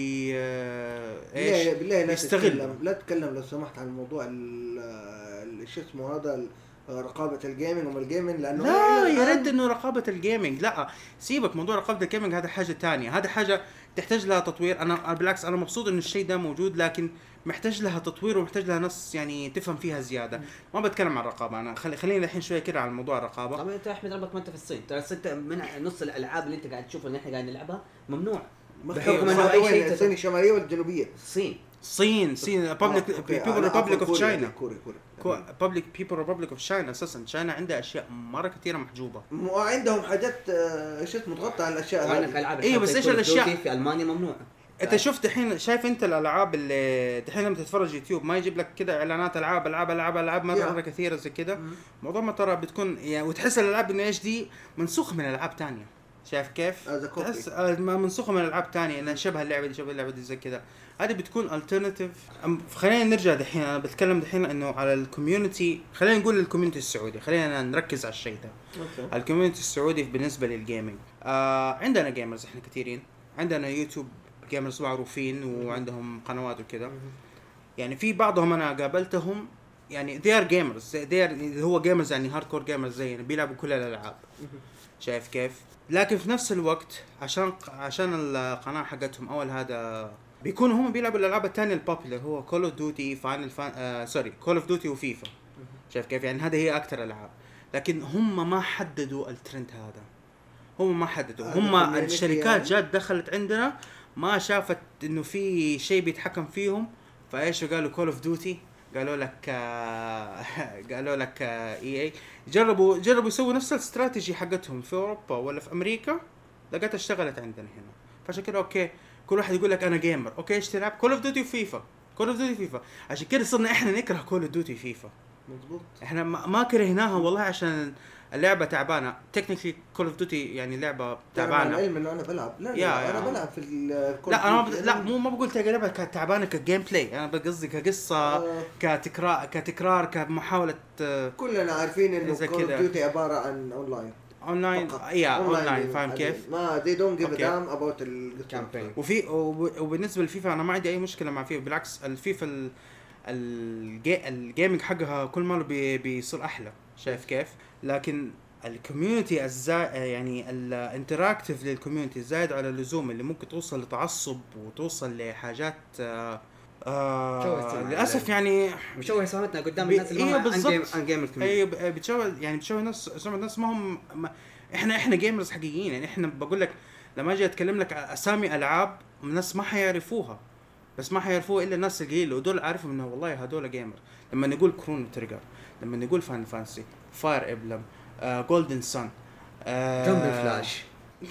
ايش بالله لا تتكلم لو سمحت عن الموضوع شو اسمه هذا رقابة الجيمنج وما الجيمنج لأنه لا يا ريت إنه رقابة الجيمنج لا سيبك موضوع رقابة الجيمنج هذا حاجة تانية. هذا حاجة تحتاج لها تطوير. أنا بالعكس أنا مبسوط إنه الشيء ده موجود لكن محتاج لها تطوير ومحتاج لها ناس يعني تفهم فيها زيادة. ما بتكلم عن الرقابة أنا خلينا الحين شوية كده عن موضوع الرقابة. طبعا أنت أحمد ربك ما أنت في الصين ترى أنت من نص الألعاب اللي أنت قاعد تشوفها اللي إحنا قاعد نلعبها ممنوع بحكم إنه أي شيء الصين الشمالية والجنوبية. الصين Public People Republic of China Public People Republic of China أساساً China عندها أشياء مرة كثيرة محجوبة. وعندهم حاجات شيء متغطى على الأشياء هذه. إيه بس إيش الأشياء في ألمانيا ممنوع. أنت شفت الحين شايف أنت الألعاب اللي الحين لما تتفرج يوتيوب ما يجيب لك كده إعلانات ألعاب مرة كثيرة زي كده. موضوع ما ترى بتكون يعني وتحس الألعاب إنه إيش دي منسوخ من ألعاب تانية. شايف كيف؟ تحس ما منسوخة من ألعاب تانية إنها شبه اللعبة دي زي كده. هذه بتكون alternative. خلينا نرجع دحين أنا بتكلم دحين إنه على الكوميونتي. خلينا نقول الكوميونتي السعودي. خلينا نركز على الشيء ده. الكوميونتي السعودي بالنسبة للجيمينج عندنا جيمرز إحنا كثيرين. عندنا يوتيوب جيمرز معروفين وعندهم قنوات وكذا. يعني في بعضهم أنا قابلتهم يعني they are gamers هو gamers يعني hardcore gamers زينا بيلعبوا كل الألعاب. شايف كيف؟ لكن في نفس الوقت عشان القناة حقتهم أول هذا بيكونوا هم بيلعبوا الألعاب الثانية البوبيلر هو كول اوف ديوتي كول اوف ديوتي وفيفا. شايف كيف يعني هذه هي أكثر ألعاب. لكن هم ما حددوا الترند هذا. هم ما حددوا. هذا هم community الشركات يعني. جات دخلت عندنا ما شافت انه في شيء بيتحكم فيهم، فايش قالوا كول اوف ديوتي، قالوا لك قالوا لك اي جربوا يسووا نفس الاستراتيجي حقتهم في اوروبا ولا في امريكا، لقيتها اشتغلت عندنا هنا. فعشان كده اوكي كل واحد يقول لك انا جيمر، اوكي ايش تلعب؟ كول اوف ديوتي وفيفا، كول اوف ديوتي فيفا. عشان كده صرنا احنا نكره كول اوف ديوتي فيفا. مظبوط. احنا ما كرهناها والله عشان اللعبه تعبانه. تكنيكلي كول اوف ديوتي يعني لعبه تعبانه. العلم انه انا بلعب انا بلعب في لا انا ما بقول اللعبه كانت تعبانه كجيم بلاي، انا بقصدي كقصه كتكرار كمحاوله. كلنا عارفين انه زي كول اوف كده. ديوتي عباره عن اونلاين اونلاين فاهم كيف. ما they don't give a أوكي. damn about الكامبين. وبالنسبه للفيفا انا ما عندي اي مشكله مع فيفا، بالعكس الفيفا الجيمنج حقها كل مره بيصير احلى، شايف كيف. لكن الكوميونتي يعني الانتراكتيف للكوميونتي زايد على اللزوم، اللي ممكن توصل لتعصب وتوصل لحاجات للاسف يعني مشوه سمعتنا قدام الناس اللي هم ان جيم الكوميونتي. بتشوه الناس ما هم احنا جيمرز حقيقيين. يعني احنا بقول لك لما اجي اتكلم لك اسامي العاب الناس ما حيعرفوها، بس ما حيعرفوها الا الناس القليله، ودول عارفهم انه والله هذول جيمر. لما نقول كرون تريجر، لما نقول فان فانسي، فاير ابلم، جولدن سان، جامبينج فلاش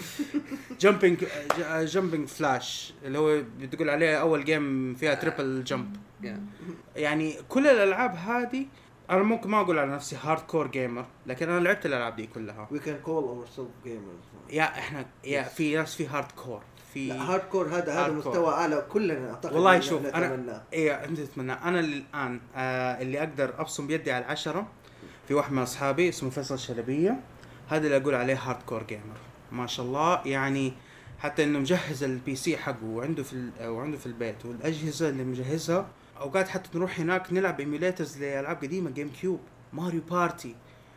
جامبينج فلاش اللي هو بتقول عليه اول جيم فيها تريبل جمب. يعني كل الالعاب هذه انا ممكن ما اقول على نفسي هارد كور جيمر، لكن انا لعبت الالعاب دي كلها. we can call ourselves gamers. احنا في ناس في هارد كور، في هارد كور هذا مستوى اعلى كلنا اعتقد. والله شوف انا انت تتمنى. انا الان اللي اقدر ابصم بيدي على 10 في واحد من اصحابي اسمه فيصل شلبيه، هذا اللي اقول عليه هارد كور جيمر ما شاء الله. يعني حتى انه مجهز البي سي حقه وعنده في البيت، والاجهزه اللي مجهزها. اوقات حتى نروح هناك نلعب ايميوليترز لالعاب قديمه، جيم كيوب، ماريو بارتي،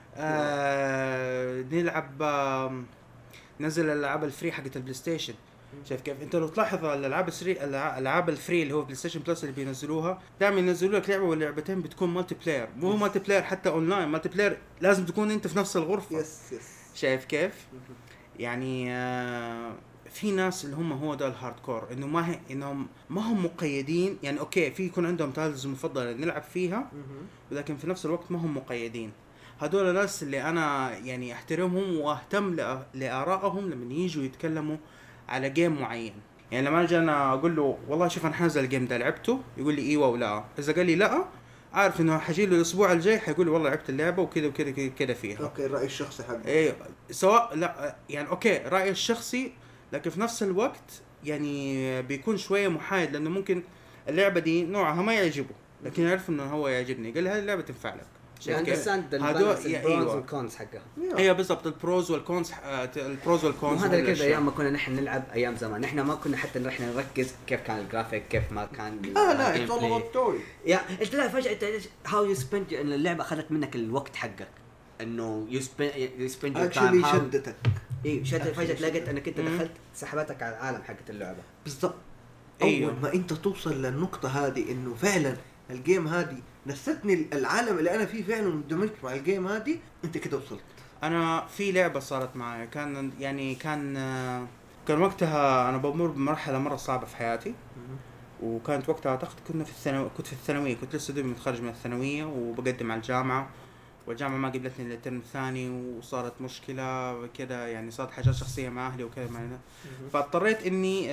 نلعب نزل الالعاب الفري حقت البلاي ستيشن. شايف كيف انت لو تلاحظ الالعاب الفري اللي هو بلاي ستيشن بلس اللي بينزلوها دائما ينزلوا لك لعبه ولا لعبتين بتكون مالتي بلاير، مو مالتي بلاير حتى اونلاين، مالتي بلاير لازم تكون انت في نفس الغرفه. يس شايف كيف. يعني في ناس اللي هم هو ده الهارد كور، انهم ما هم مقيدين. يعني اوكي في يكون عندهم تايتلز مفضله نلعب فيها، ولكن في نفس الوقت ما هم مقيدين. هذول الناس اللي انا يعني احترمهم واهتم لآرائهم لما ييجوا يتكلموا على جيم معين. يعني لما اجي انا اقول له والله شوف انا حنزل الجيم ده لعبته، يقول لي ايوه ولا. اذا قال لي لا عارف انه حجي له الاسبوع الجاي حيقول لي والله لعبت اللعبه وكذا وكذا كذا فيها. اوكي الراي الشخصي حقه ايه سواء لا يعني اوكي رايي الشخصي، لكن في نفس الوقت يعني بيكون شويه محايد، لانه ممكن اللعبه دي نوعها ما يعجبه لكن يعرف انه هو يعجبني، قال لي هذه اللعبه تنفع لك. يعني البروز والكونز حقها. هي بالضبط البروز والكونز. هذا كذا ايام ما كنا نحن نلعب ايام زمان، نحن ما كنا حتى نحن نركز كيف كان الجرافيك كيف ما كان. لا it's all about story. يا انت لا فجأة هاو يو سبند اللعبة اخذت منك الوقت حقك، انه يو سبند يور تايم. شدتك شدتك فجأة لقيت انك انت دخلت سحبتك على العالم حقت اللعبة بالضبط. أيوه. اول ما انت توصل للنقطة هذه انه فعلا الجيم هذه نستني العالم اللي انا فيه فعلا اندمجت مع الجيم هذه، انت كده وصلت. انا في لعبه صارت معي كان وقتها انا بمر بمرحله مره صعبه في حياتي، وكانت وقتها اعتقد كنت في الثانويه، كنت لسه دوبي متخرج من الثانويه وبقدم على الجامعه، والجامعه ما قبلتني للترم الثاني، وصارت مشكله كده يعني صارت حاجات شخصيه مع اهلي وكذا معنا. فاضطريت اني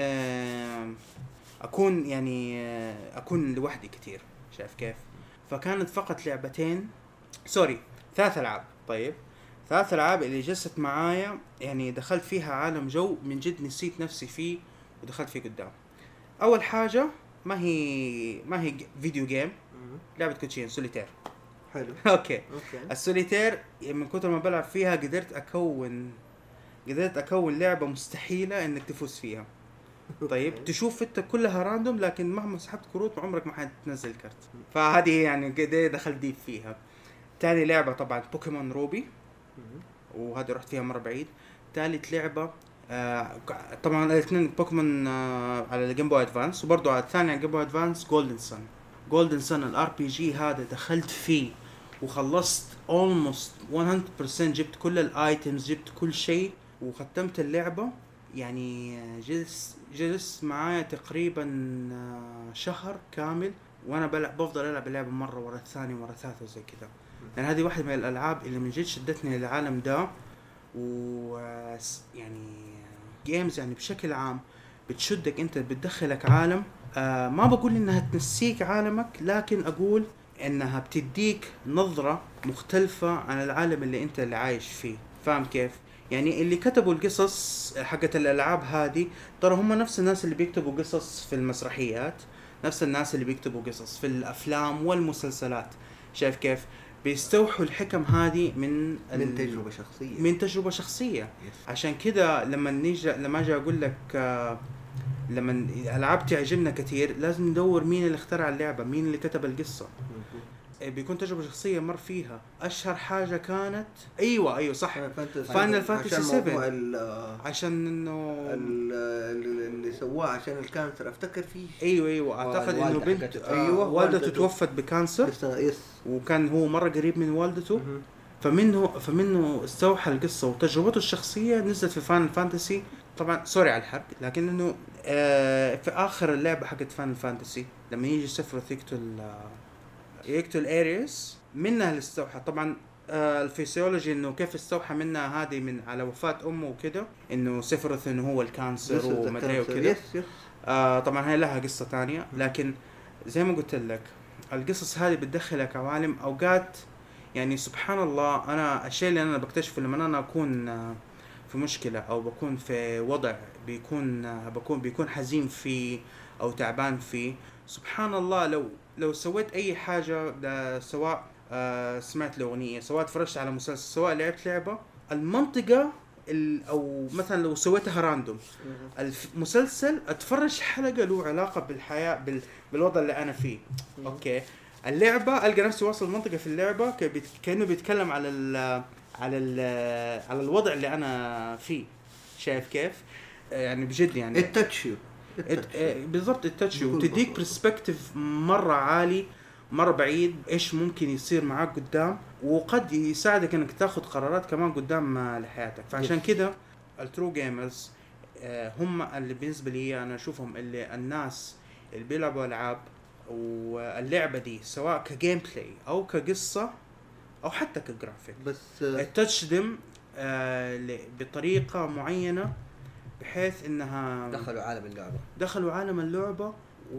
اكون لوحدي كتير، شايف كيف. فكانت فقط لعبتين، سوري 3 ألعاب. طيب 3 ألعاب اللي جلست معايا يعني دخلت فيها عالم جو من جد نسيت نفسي فيه ودخلت فيه قدام. اول حاجه ما هي فيديو جيم، لعبه كوتشين سوليتير. حلو. اوكي السوليتير من كثر ما بلعب فيها قدرت اكون لعبه مستحيله انك تفوز فيها. طيب تشوف انت كلها راندوم، لكن مهما سحبت كروت عمرك ما حتنزل كرت. فهذه يعني قد دخلت ديب فيها. تاني لعبه طبعا بوكيمون روبي، وهذه رحت فيها مره بعيد. ثالث لعبه طبعا الاثنين بوكيمون على الجيم بوي ادفانس، وبرضه على الثاني على الجيم بوي ادفانس جولدن سن الار بي جي. هذا دخلت فيه وخلصت almost 100%، جبت كل الايتمز، جبت كل شيء وختمت اللعبة. يعني جلس معايا تقريبا شهر كامل وانا بفضل العب اللعبة مرة ورا الثانية ورا الثالثة وزي كذا. يعني هذه واحدة من الالعاب اللي من جد شدتني للعالم ده. ويعني جيمز يعني بشكل عام بتشدك، انت بتدخلك عالم. ما بقول انها تنسيك عالمك، لكن اقول انها بتديك نظرة مختلفة عن العالم اللي عايش فيه. فاهم كيف؟ يعني اللي كتبوا القصص حقت الالعاب هذه ترى هم نفس الناس اللي بيكتبوا قصص في المسرحيات، نفس الناس اللي بيكتبوا قصص في الافلام والمسلسلات. شايف كيف؟ بيستوحوا الحكم هذه من تجربة شخصية. عشان كده لما اجي اقول لك لما الالعاب تعجبنا كثير لازم ندور مين اللي اخترع اللعبة، مين اللي كتب القصة. بيكون تجربة شخصية مر فيها. أشهر حاجة كانت أيوة صح، فاينل فانتسي 7 عشان إنه اللي سواه عشان الكانسر أفتكر فيه. أيوة أعتقد إنه بنت والدته توفت بكانسر، وكان هو مرة قريب من والدته. فمنه استوحى القصة وتجربته الشخصية نزلت في فاينل فانتسي. طبعا سوري على الحرق، لكن إنه في آخر اللعبة حقت فاينل فانتسي لما يجي سفرث يقتل اريس منها اللي استوحى. طبعا الفسيولوجي انه كيف استوحى منها هذه من على وفاة امه وكده، انه سفرث انه هو الكانسر ومدري وكده. طبعا هاي لها قصة تانية، لكن زي ما قلت لك القصص هذه بتدخلك عوالم اوقات. يعني سبحان الله، انا الشيء اللي انا بكتشفه لما انا اكون في مشكلة او بكون في وضع بيكون حزين فيه او تعبان فيه، سبحان الله لو سويت اي حاجة، سواء سمعت الأغنية، سواء اتفرجت على مسلسل، سواء لعبت لعبة، المنطقة او مثلا لو سويتها راندوم المسلسل اتفرج حلقة له علاقة بالحياة بالوضع اللي انا فيه. اوكي، اللعبة القى نفسي واصل المنطقة في اللعبة كأنه بيتكلم على الوضع اللي انا فيه. شايف كيف؟ يعني بجد يعني التاتشيو بالضبط التاتشيو، وتديك برسبكتيف مرة عالي مرة بعيد ايش ممكن يصير معاك قدام، وقد يساعدك انك تاخذ قرارات كمان قدام لحياتك. فعشان كده الترو جيمرز هم اللي بالنسبة لي انا اشوفهم اللي الناس اللي بيلعبوا العاب، واللعبة دي سواء كجيم بلاي او كقصة او حتى كجرافيك، بس تاتش دم بطريقة معينة بحيث انها دخلوا عالم اللعبة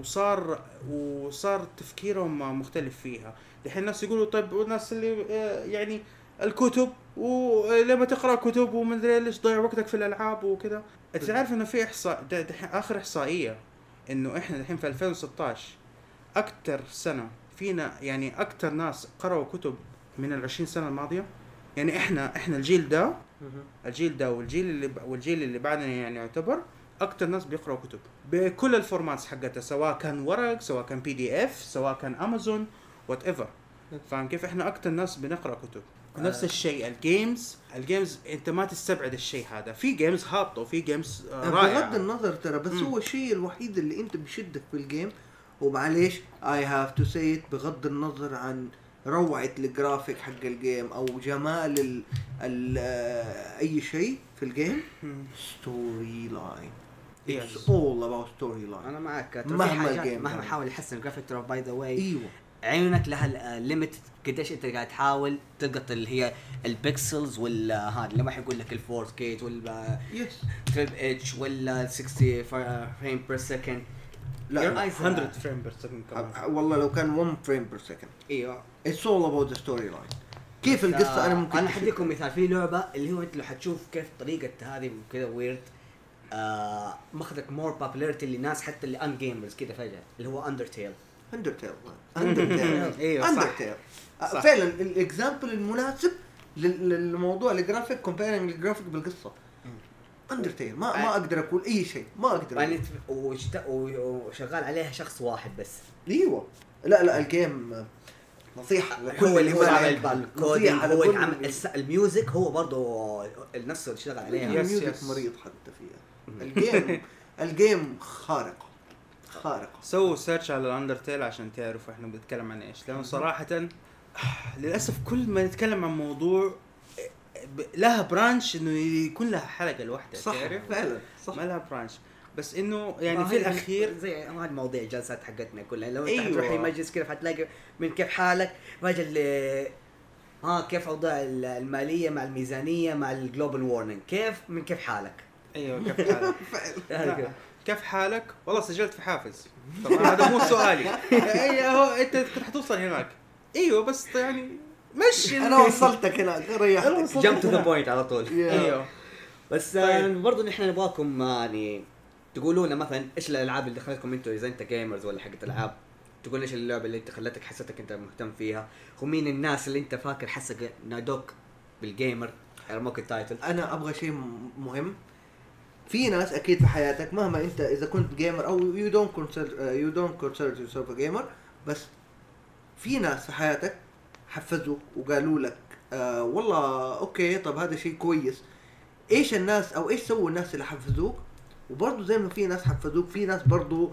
وصار تفكيرهم مختلف فيها. الحين الناس يقولوا طيب، والناس اللي يعني الكتب ولما تقرأ كتب ومن ذي ليش ضيع وقتك في الألعاب وكذا. انت عارف انه في آخر إحصائية انه احنا الحين في 2016 اكتر سنة فينا، يعني اكتر ناس قرأوا كتب من 20 سنة الماضية. يعني احنا الجيل ده والجيل اللي بعدنا يعني يعتبر اكتر ناس بيقرأوا كتب بكل الفورماتس حقتها، سواء كان ورق، سواء كان PDF، سواء كان امازون، وات ايفر. فاهم كيف؟ احنا اكتر ناس بنقرأ كتب. نفس الشيء الجيمز انت ما تستبعد الشيء هذا. في جيمز هابطه وفي جيمز رائعه بغض النظر ترى، بس هو الشيء الوحيد اللي انت بيشدك في الجيم، ومعليش I have to say it، بغض النظر عن روعة الجرافيك حق الجيم او جمال اي شيء في الجيم، ستوري لاين. It's all about story line. انا معك. مهما حاول يحسن الجرافيك ترى باي ذا واي ايوه عيونك لها ليميت قديش انت قاعد تحاول تلقط اللي هي البكسلز ولا هذا اللي ما حيقول لك ال4K ولا تريب اتش ولا 60 فريم بير سكند. لا 100 فريم بير سكند كمان. والله لو كان 1 فريم بير سكند. ايوه It's all about the storyline. كيف القصة أنا ممكن أنا حديكم مثال في لعبة اللي هو أنت لو حتشوف كيف طريقة هذه وكذا ويرد ماخذك مور popularity للناس حتى اللي ان جيمرز كذا فجأة، اللي هو أندرتيل. ايوه صح. فعلا الاكزامبل المناسب للموضوع الجرافيك، كومبيرنج الجرافيك بالقصة. أندرتيل ما أقدر أقول أي شيء، ما أقدر يعني وشغال عليها شخص واحد بس. ايوه لا الجيم نصيحة هو اللي هو عمل الكودينج، هو اللي عمل الميوزك، هو برضه نفسه اللي اشتغل عليها. الميوزك مريض حتى فيها. الجيم خارقة. سووا سيرش على الأندرتيل عشان تعرفوا احنا بنتكلم عن ايش، لأنه صراحة للأسف كل ما نتكلم عن موضوع لها برانش انه يكون لها حلقه لوحدها صح تعرف فعلا صح. ما لها برانش بس انه يعني في الاخير زي هذه المواضيع الجلسات حقتنا كلها لو انت أيوة. حتروح اي مجلس كذا حتلاقي من كيف حالك راجل كيف اوضاع الماليه مع الميزانيه مع الجلوبال وورنينج كيف حالك ايوه كيف حالك هذا كده. كيف حالك والله سجلت في حافز طبعا هذا مو سؤالي هو انت كنت حتوصل هناك ايوه بس يعني مش انا وصلتك هناك ريحتك. جمب تو ذا بوينت على طول. ايوه بس طيب. برضه نحن نبغاكم يعني تقولوا لنا مثلا ايش الالعاب اللي دخلتكم انتوا اذا انت جيمرز ولا حقت العاب تقول ايش اللعبه اللي انت خلتك حسيتك انت مهتم فيها ومين الناس اللي انت فاكر حسك نادوك بالجيمر رموك التايتل. انا ابغى شيء مهم. في ناس اكيد في حياتك مهما انت اذا كنت جيمر او you don't consider yourself a gamer بس في ناس في حياتك حفزوك وقالوا لك والله اوكي طب هذا شيء كويس. ايش الناس او ايش سووا الناس اللي حفزوك؟ وبرضه زي ما في ناس حفزوك في ناس برضه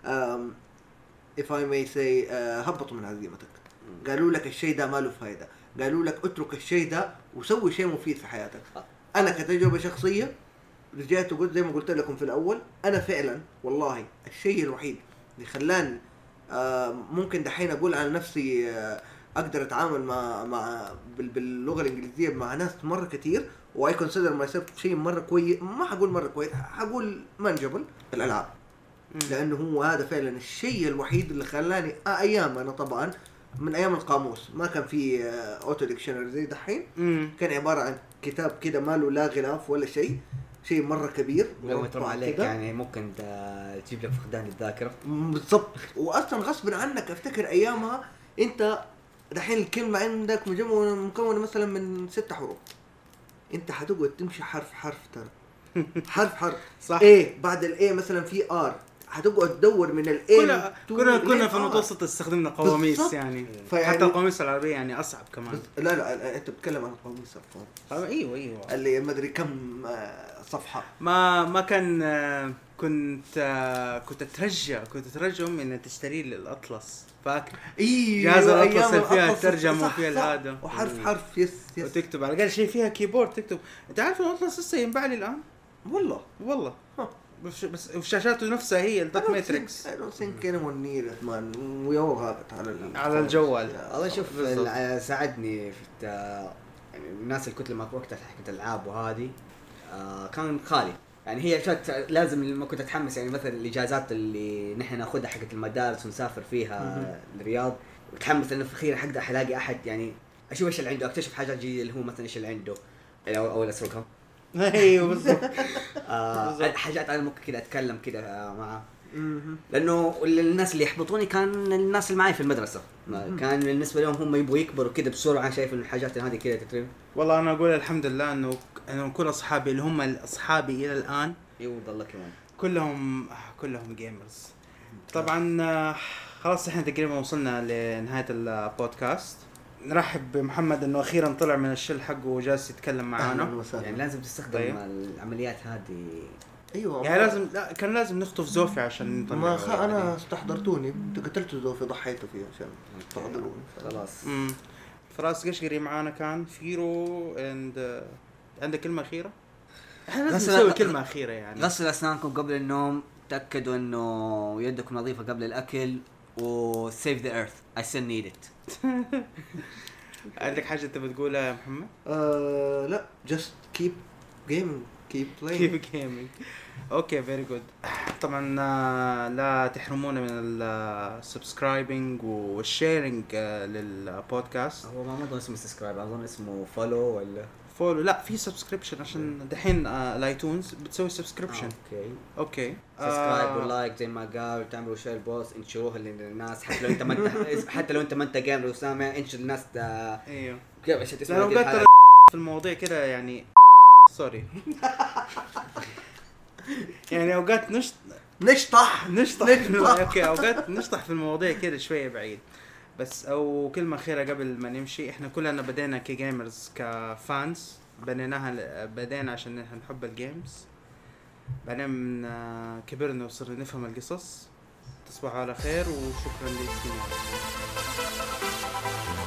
if I may say هبطوا من عزيمتك. قالوا لك الشيء ده ما له فايدة. قالوا لك اترك الشيء ده وسوي شيء مفيد في حياتك. انا كتجربة شخصية رجعت وقلت زي ما قلت لكم في الاول انا فعلا والله الشيء الوحيد اللي خلاني ممكن دحين اقول على نفسي اقدر اتعامل مع باللغه الانجليزيه مع ناس مره كتير واي كونسيدر ماي سيلف شيء مره كويس. ما حقول مره كويس حقول مانجبل الالعاب لانه هو هذا فعلا الشيء الوحيد اللي خلاني ايام انا طبعا من ايام القاموس ما كان في اوتو ديكشنري زي دحين. كان عباره عن كتاب كده ما له لا غلاف ولا شيء مرة كبير لو تروح عليك يعني ممكن تجيب لك فقدان الذاكرة بالضبط. واصلا غصب عنك افتكر ايامها انت دحين الكلمة عندك مكونة مثلا من 6 حروف انت حتقعد تمشي حرف ترى حرف صح. ايه بعد الايه مثلا في ار حتقعد تدور من الايه كنا في المتوسط استخدمنا قواميس يعني حتى القواميس العربية يعني اصعب كمان. لا انت بتتكلم عن القواميس الفار ايوه اللي ما ادري كم صفحة. ما كان كنت اترجم ان تشتري لي الاطلس فاكر جهاز الاطلس اللي فيها الترجمه وفيها الهذا وحرف يس وتكتب على الاقل شيء فيها كيبورد تكتب. انت عارف الاطلس لسه ينباع لي الان والله بس وشاشاته نفسها هي الدوت ماتريكس. I don't think anyone need it man we all have it على الجوال. الله شوف ساعدني في يعني الناس اللي كنت لما وقتها حقت الالعاب وهذه كان خالي يعني هي كانت لازم لما كنت اتحمس يعني مثلا الاجازات اللي نحن ناخذها حقت المدارس ونسافر فيها الرياض وتحمس انه في الاخير حقدر حلاقي احد يعني اشوف ايش اللي عنده اكتشف حاجات جديده اللي هو مثلا ايش اللي عنده او اسرقها. ايوه بالضبط. حاجات انا ممكن كده اتكلم كده معه لانه الناس اللي يحبطوني كان الناس اللي معي في المدرسه كان بالنسبه لهم هم يبغوا يكبروا كده بسرعه شايف ان الحاجات هذه كده تترم. والله انا اقول الحمد لله انه كل اصحابي اللي هم اصحابي الى الان يوضل لك كمان كلهم جيمرز طبعا. خلاص احنا تقريبا وصلنا لنهايه البودكاست. نرحب بمحمد انه اخيرا طلع من الشل حقه وجالس يتكلم معانا. يعني لازم تستخدم العمليات هذه. ايوه يعني لازم كان لازم نخطف زوفي عشان نطلع. انا استحضرتوني انت قتلت زوفي ضحيتوا فيه عشان تحضروني خلاص. فراس قشقري معانا كان فيرو عندك كلمه اخيره؟ احنا لازم نسوي كلمه اخيره يعني. غسل اسنانكم قبل النوم تاكدوا انه يدكم نظيفه قبل الاكل و save the earth I still need it. عندك حاجه انت بتقولها يا محمد؟ لا just keep gaming keep playing keep gaming. اوكي فيري جود. طبعا لا تحرمونا من السبسكرايبنج والشيرنج للبودكاست. هو ما اظن اسمه سبسكرايب اظن اسمه فولو ولا فولو. لا في سبسكريبشن عشان دحين الايتونز بتسوي سبسكريبشن. اوكي سبسكرايب ولايك زي ما قال تعملوا شير بوست انشروها للناس حتى لو انت ما انت جيمر وسامع انشر الناس. ايوه كيف عشان تسمع في المواضيع كده يعني سوري يعني اوقات نشطح اوكي اوقات نشطح في المواضيع كده شويه بعيد بس. او كلمه اخيره قبل ما نمشي. احنا كلنا بدينا كجيمرز كفانز بدينا عشان نحب الجيمز بعدين كبرنا وصرنا نفهم القصص. تصبحوا على خير وشكرا للاستماع.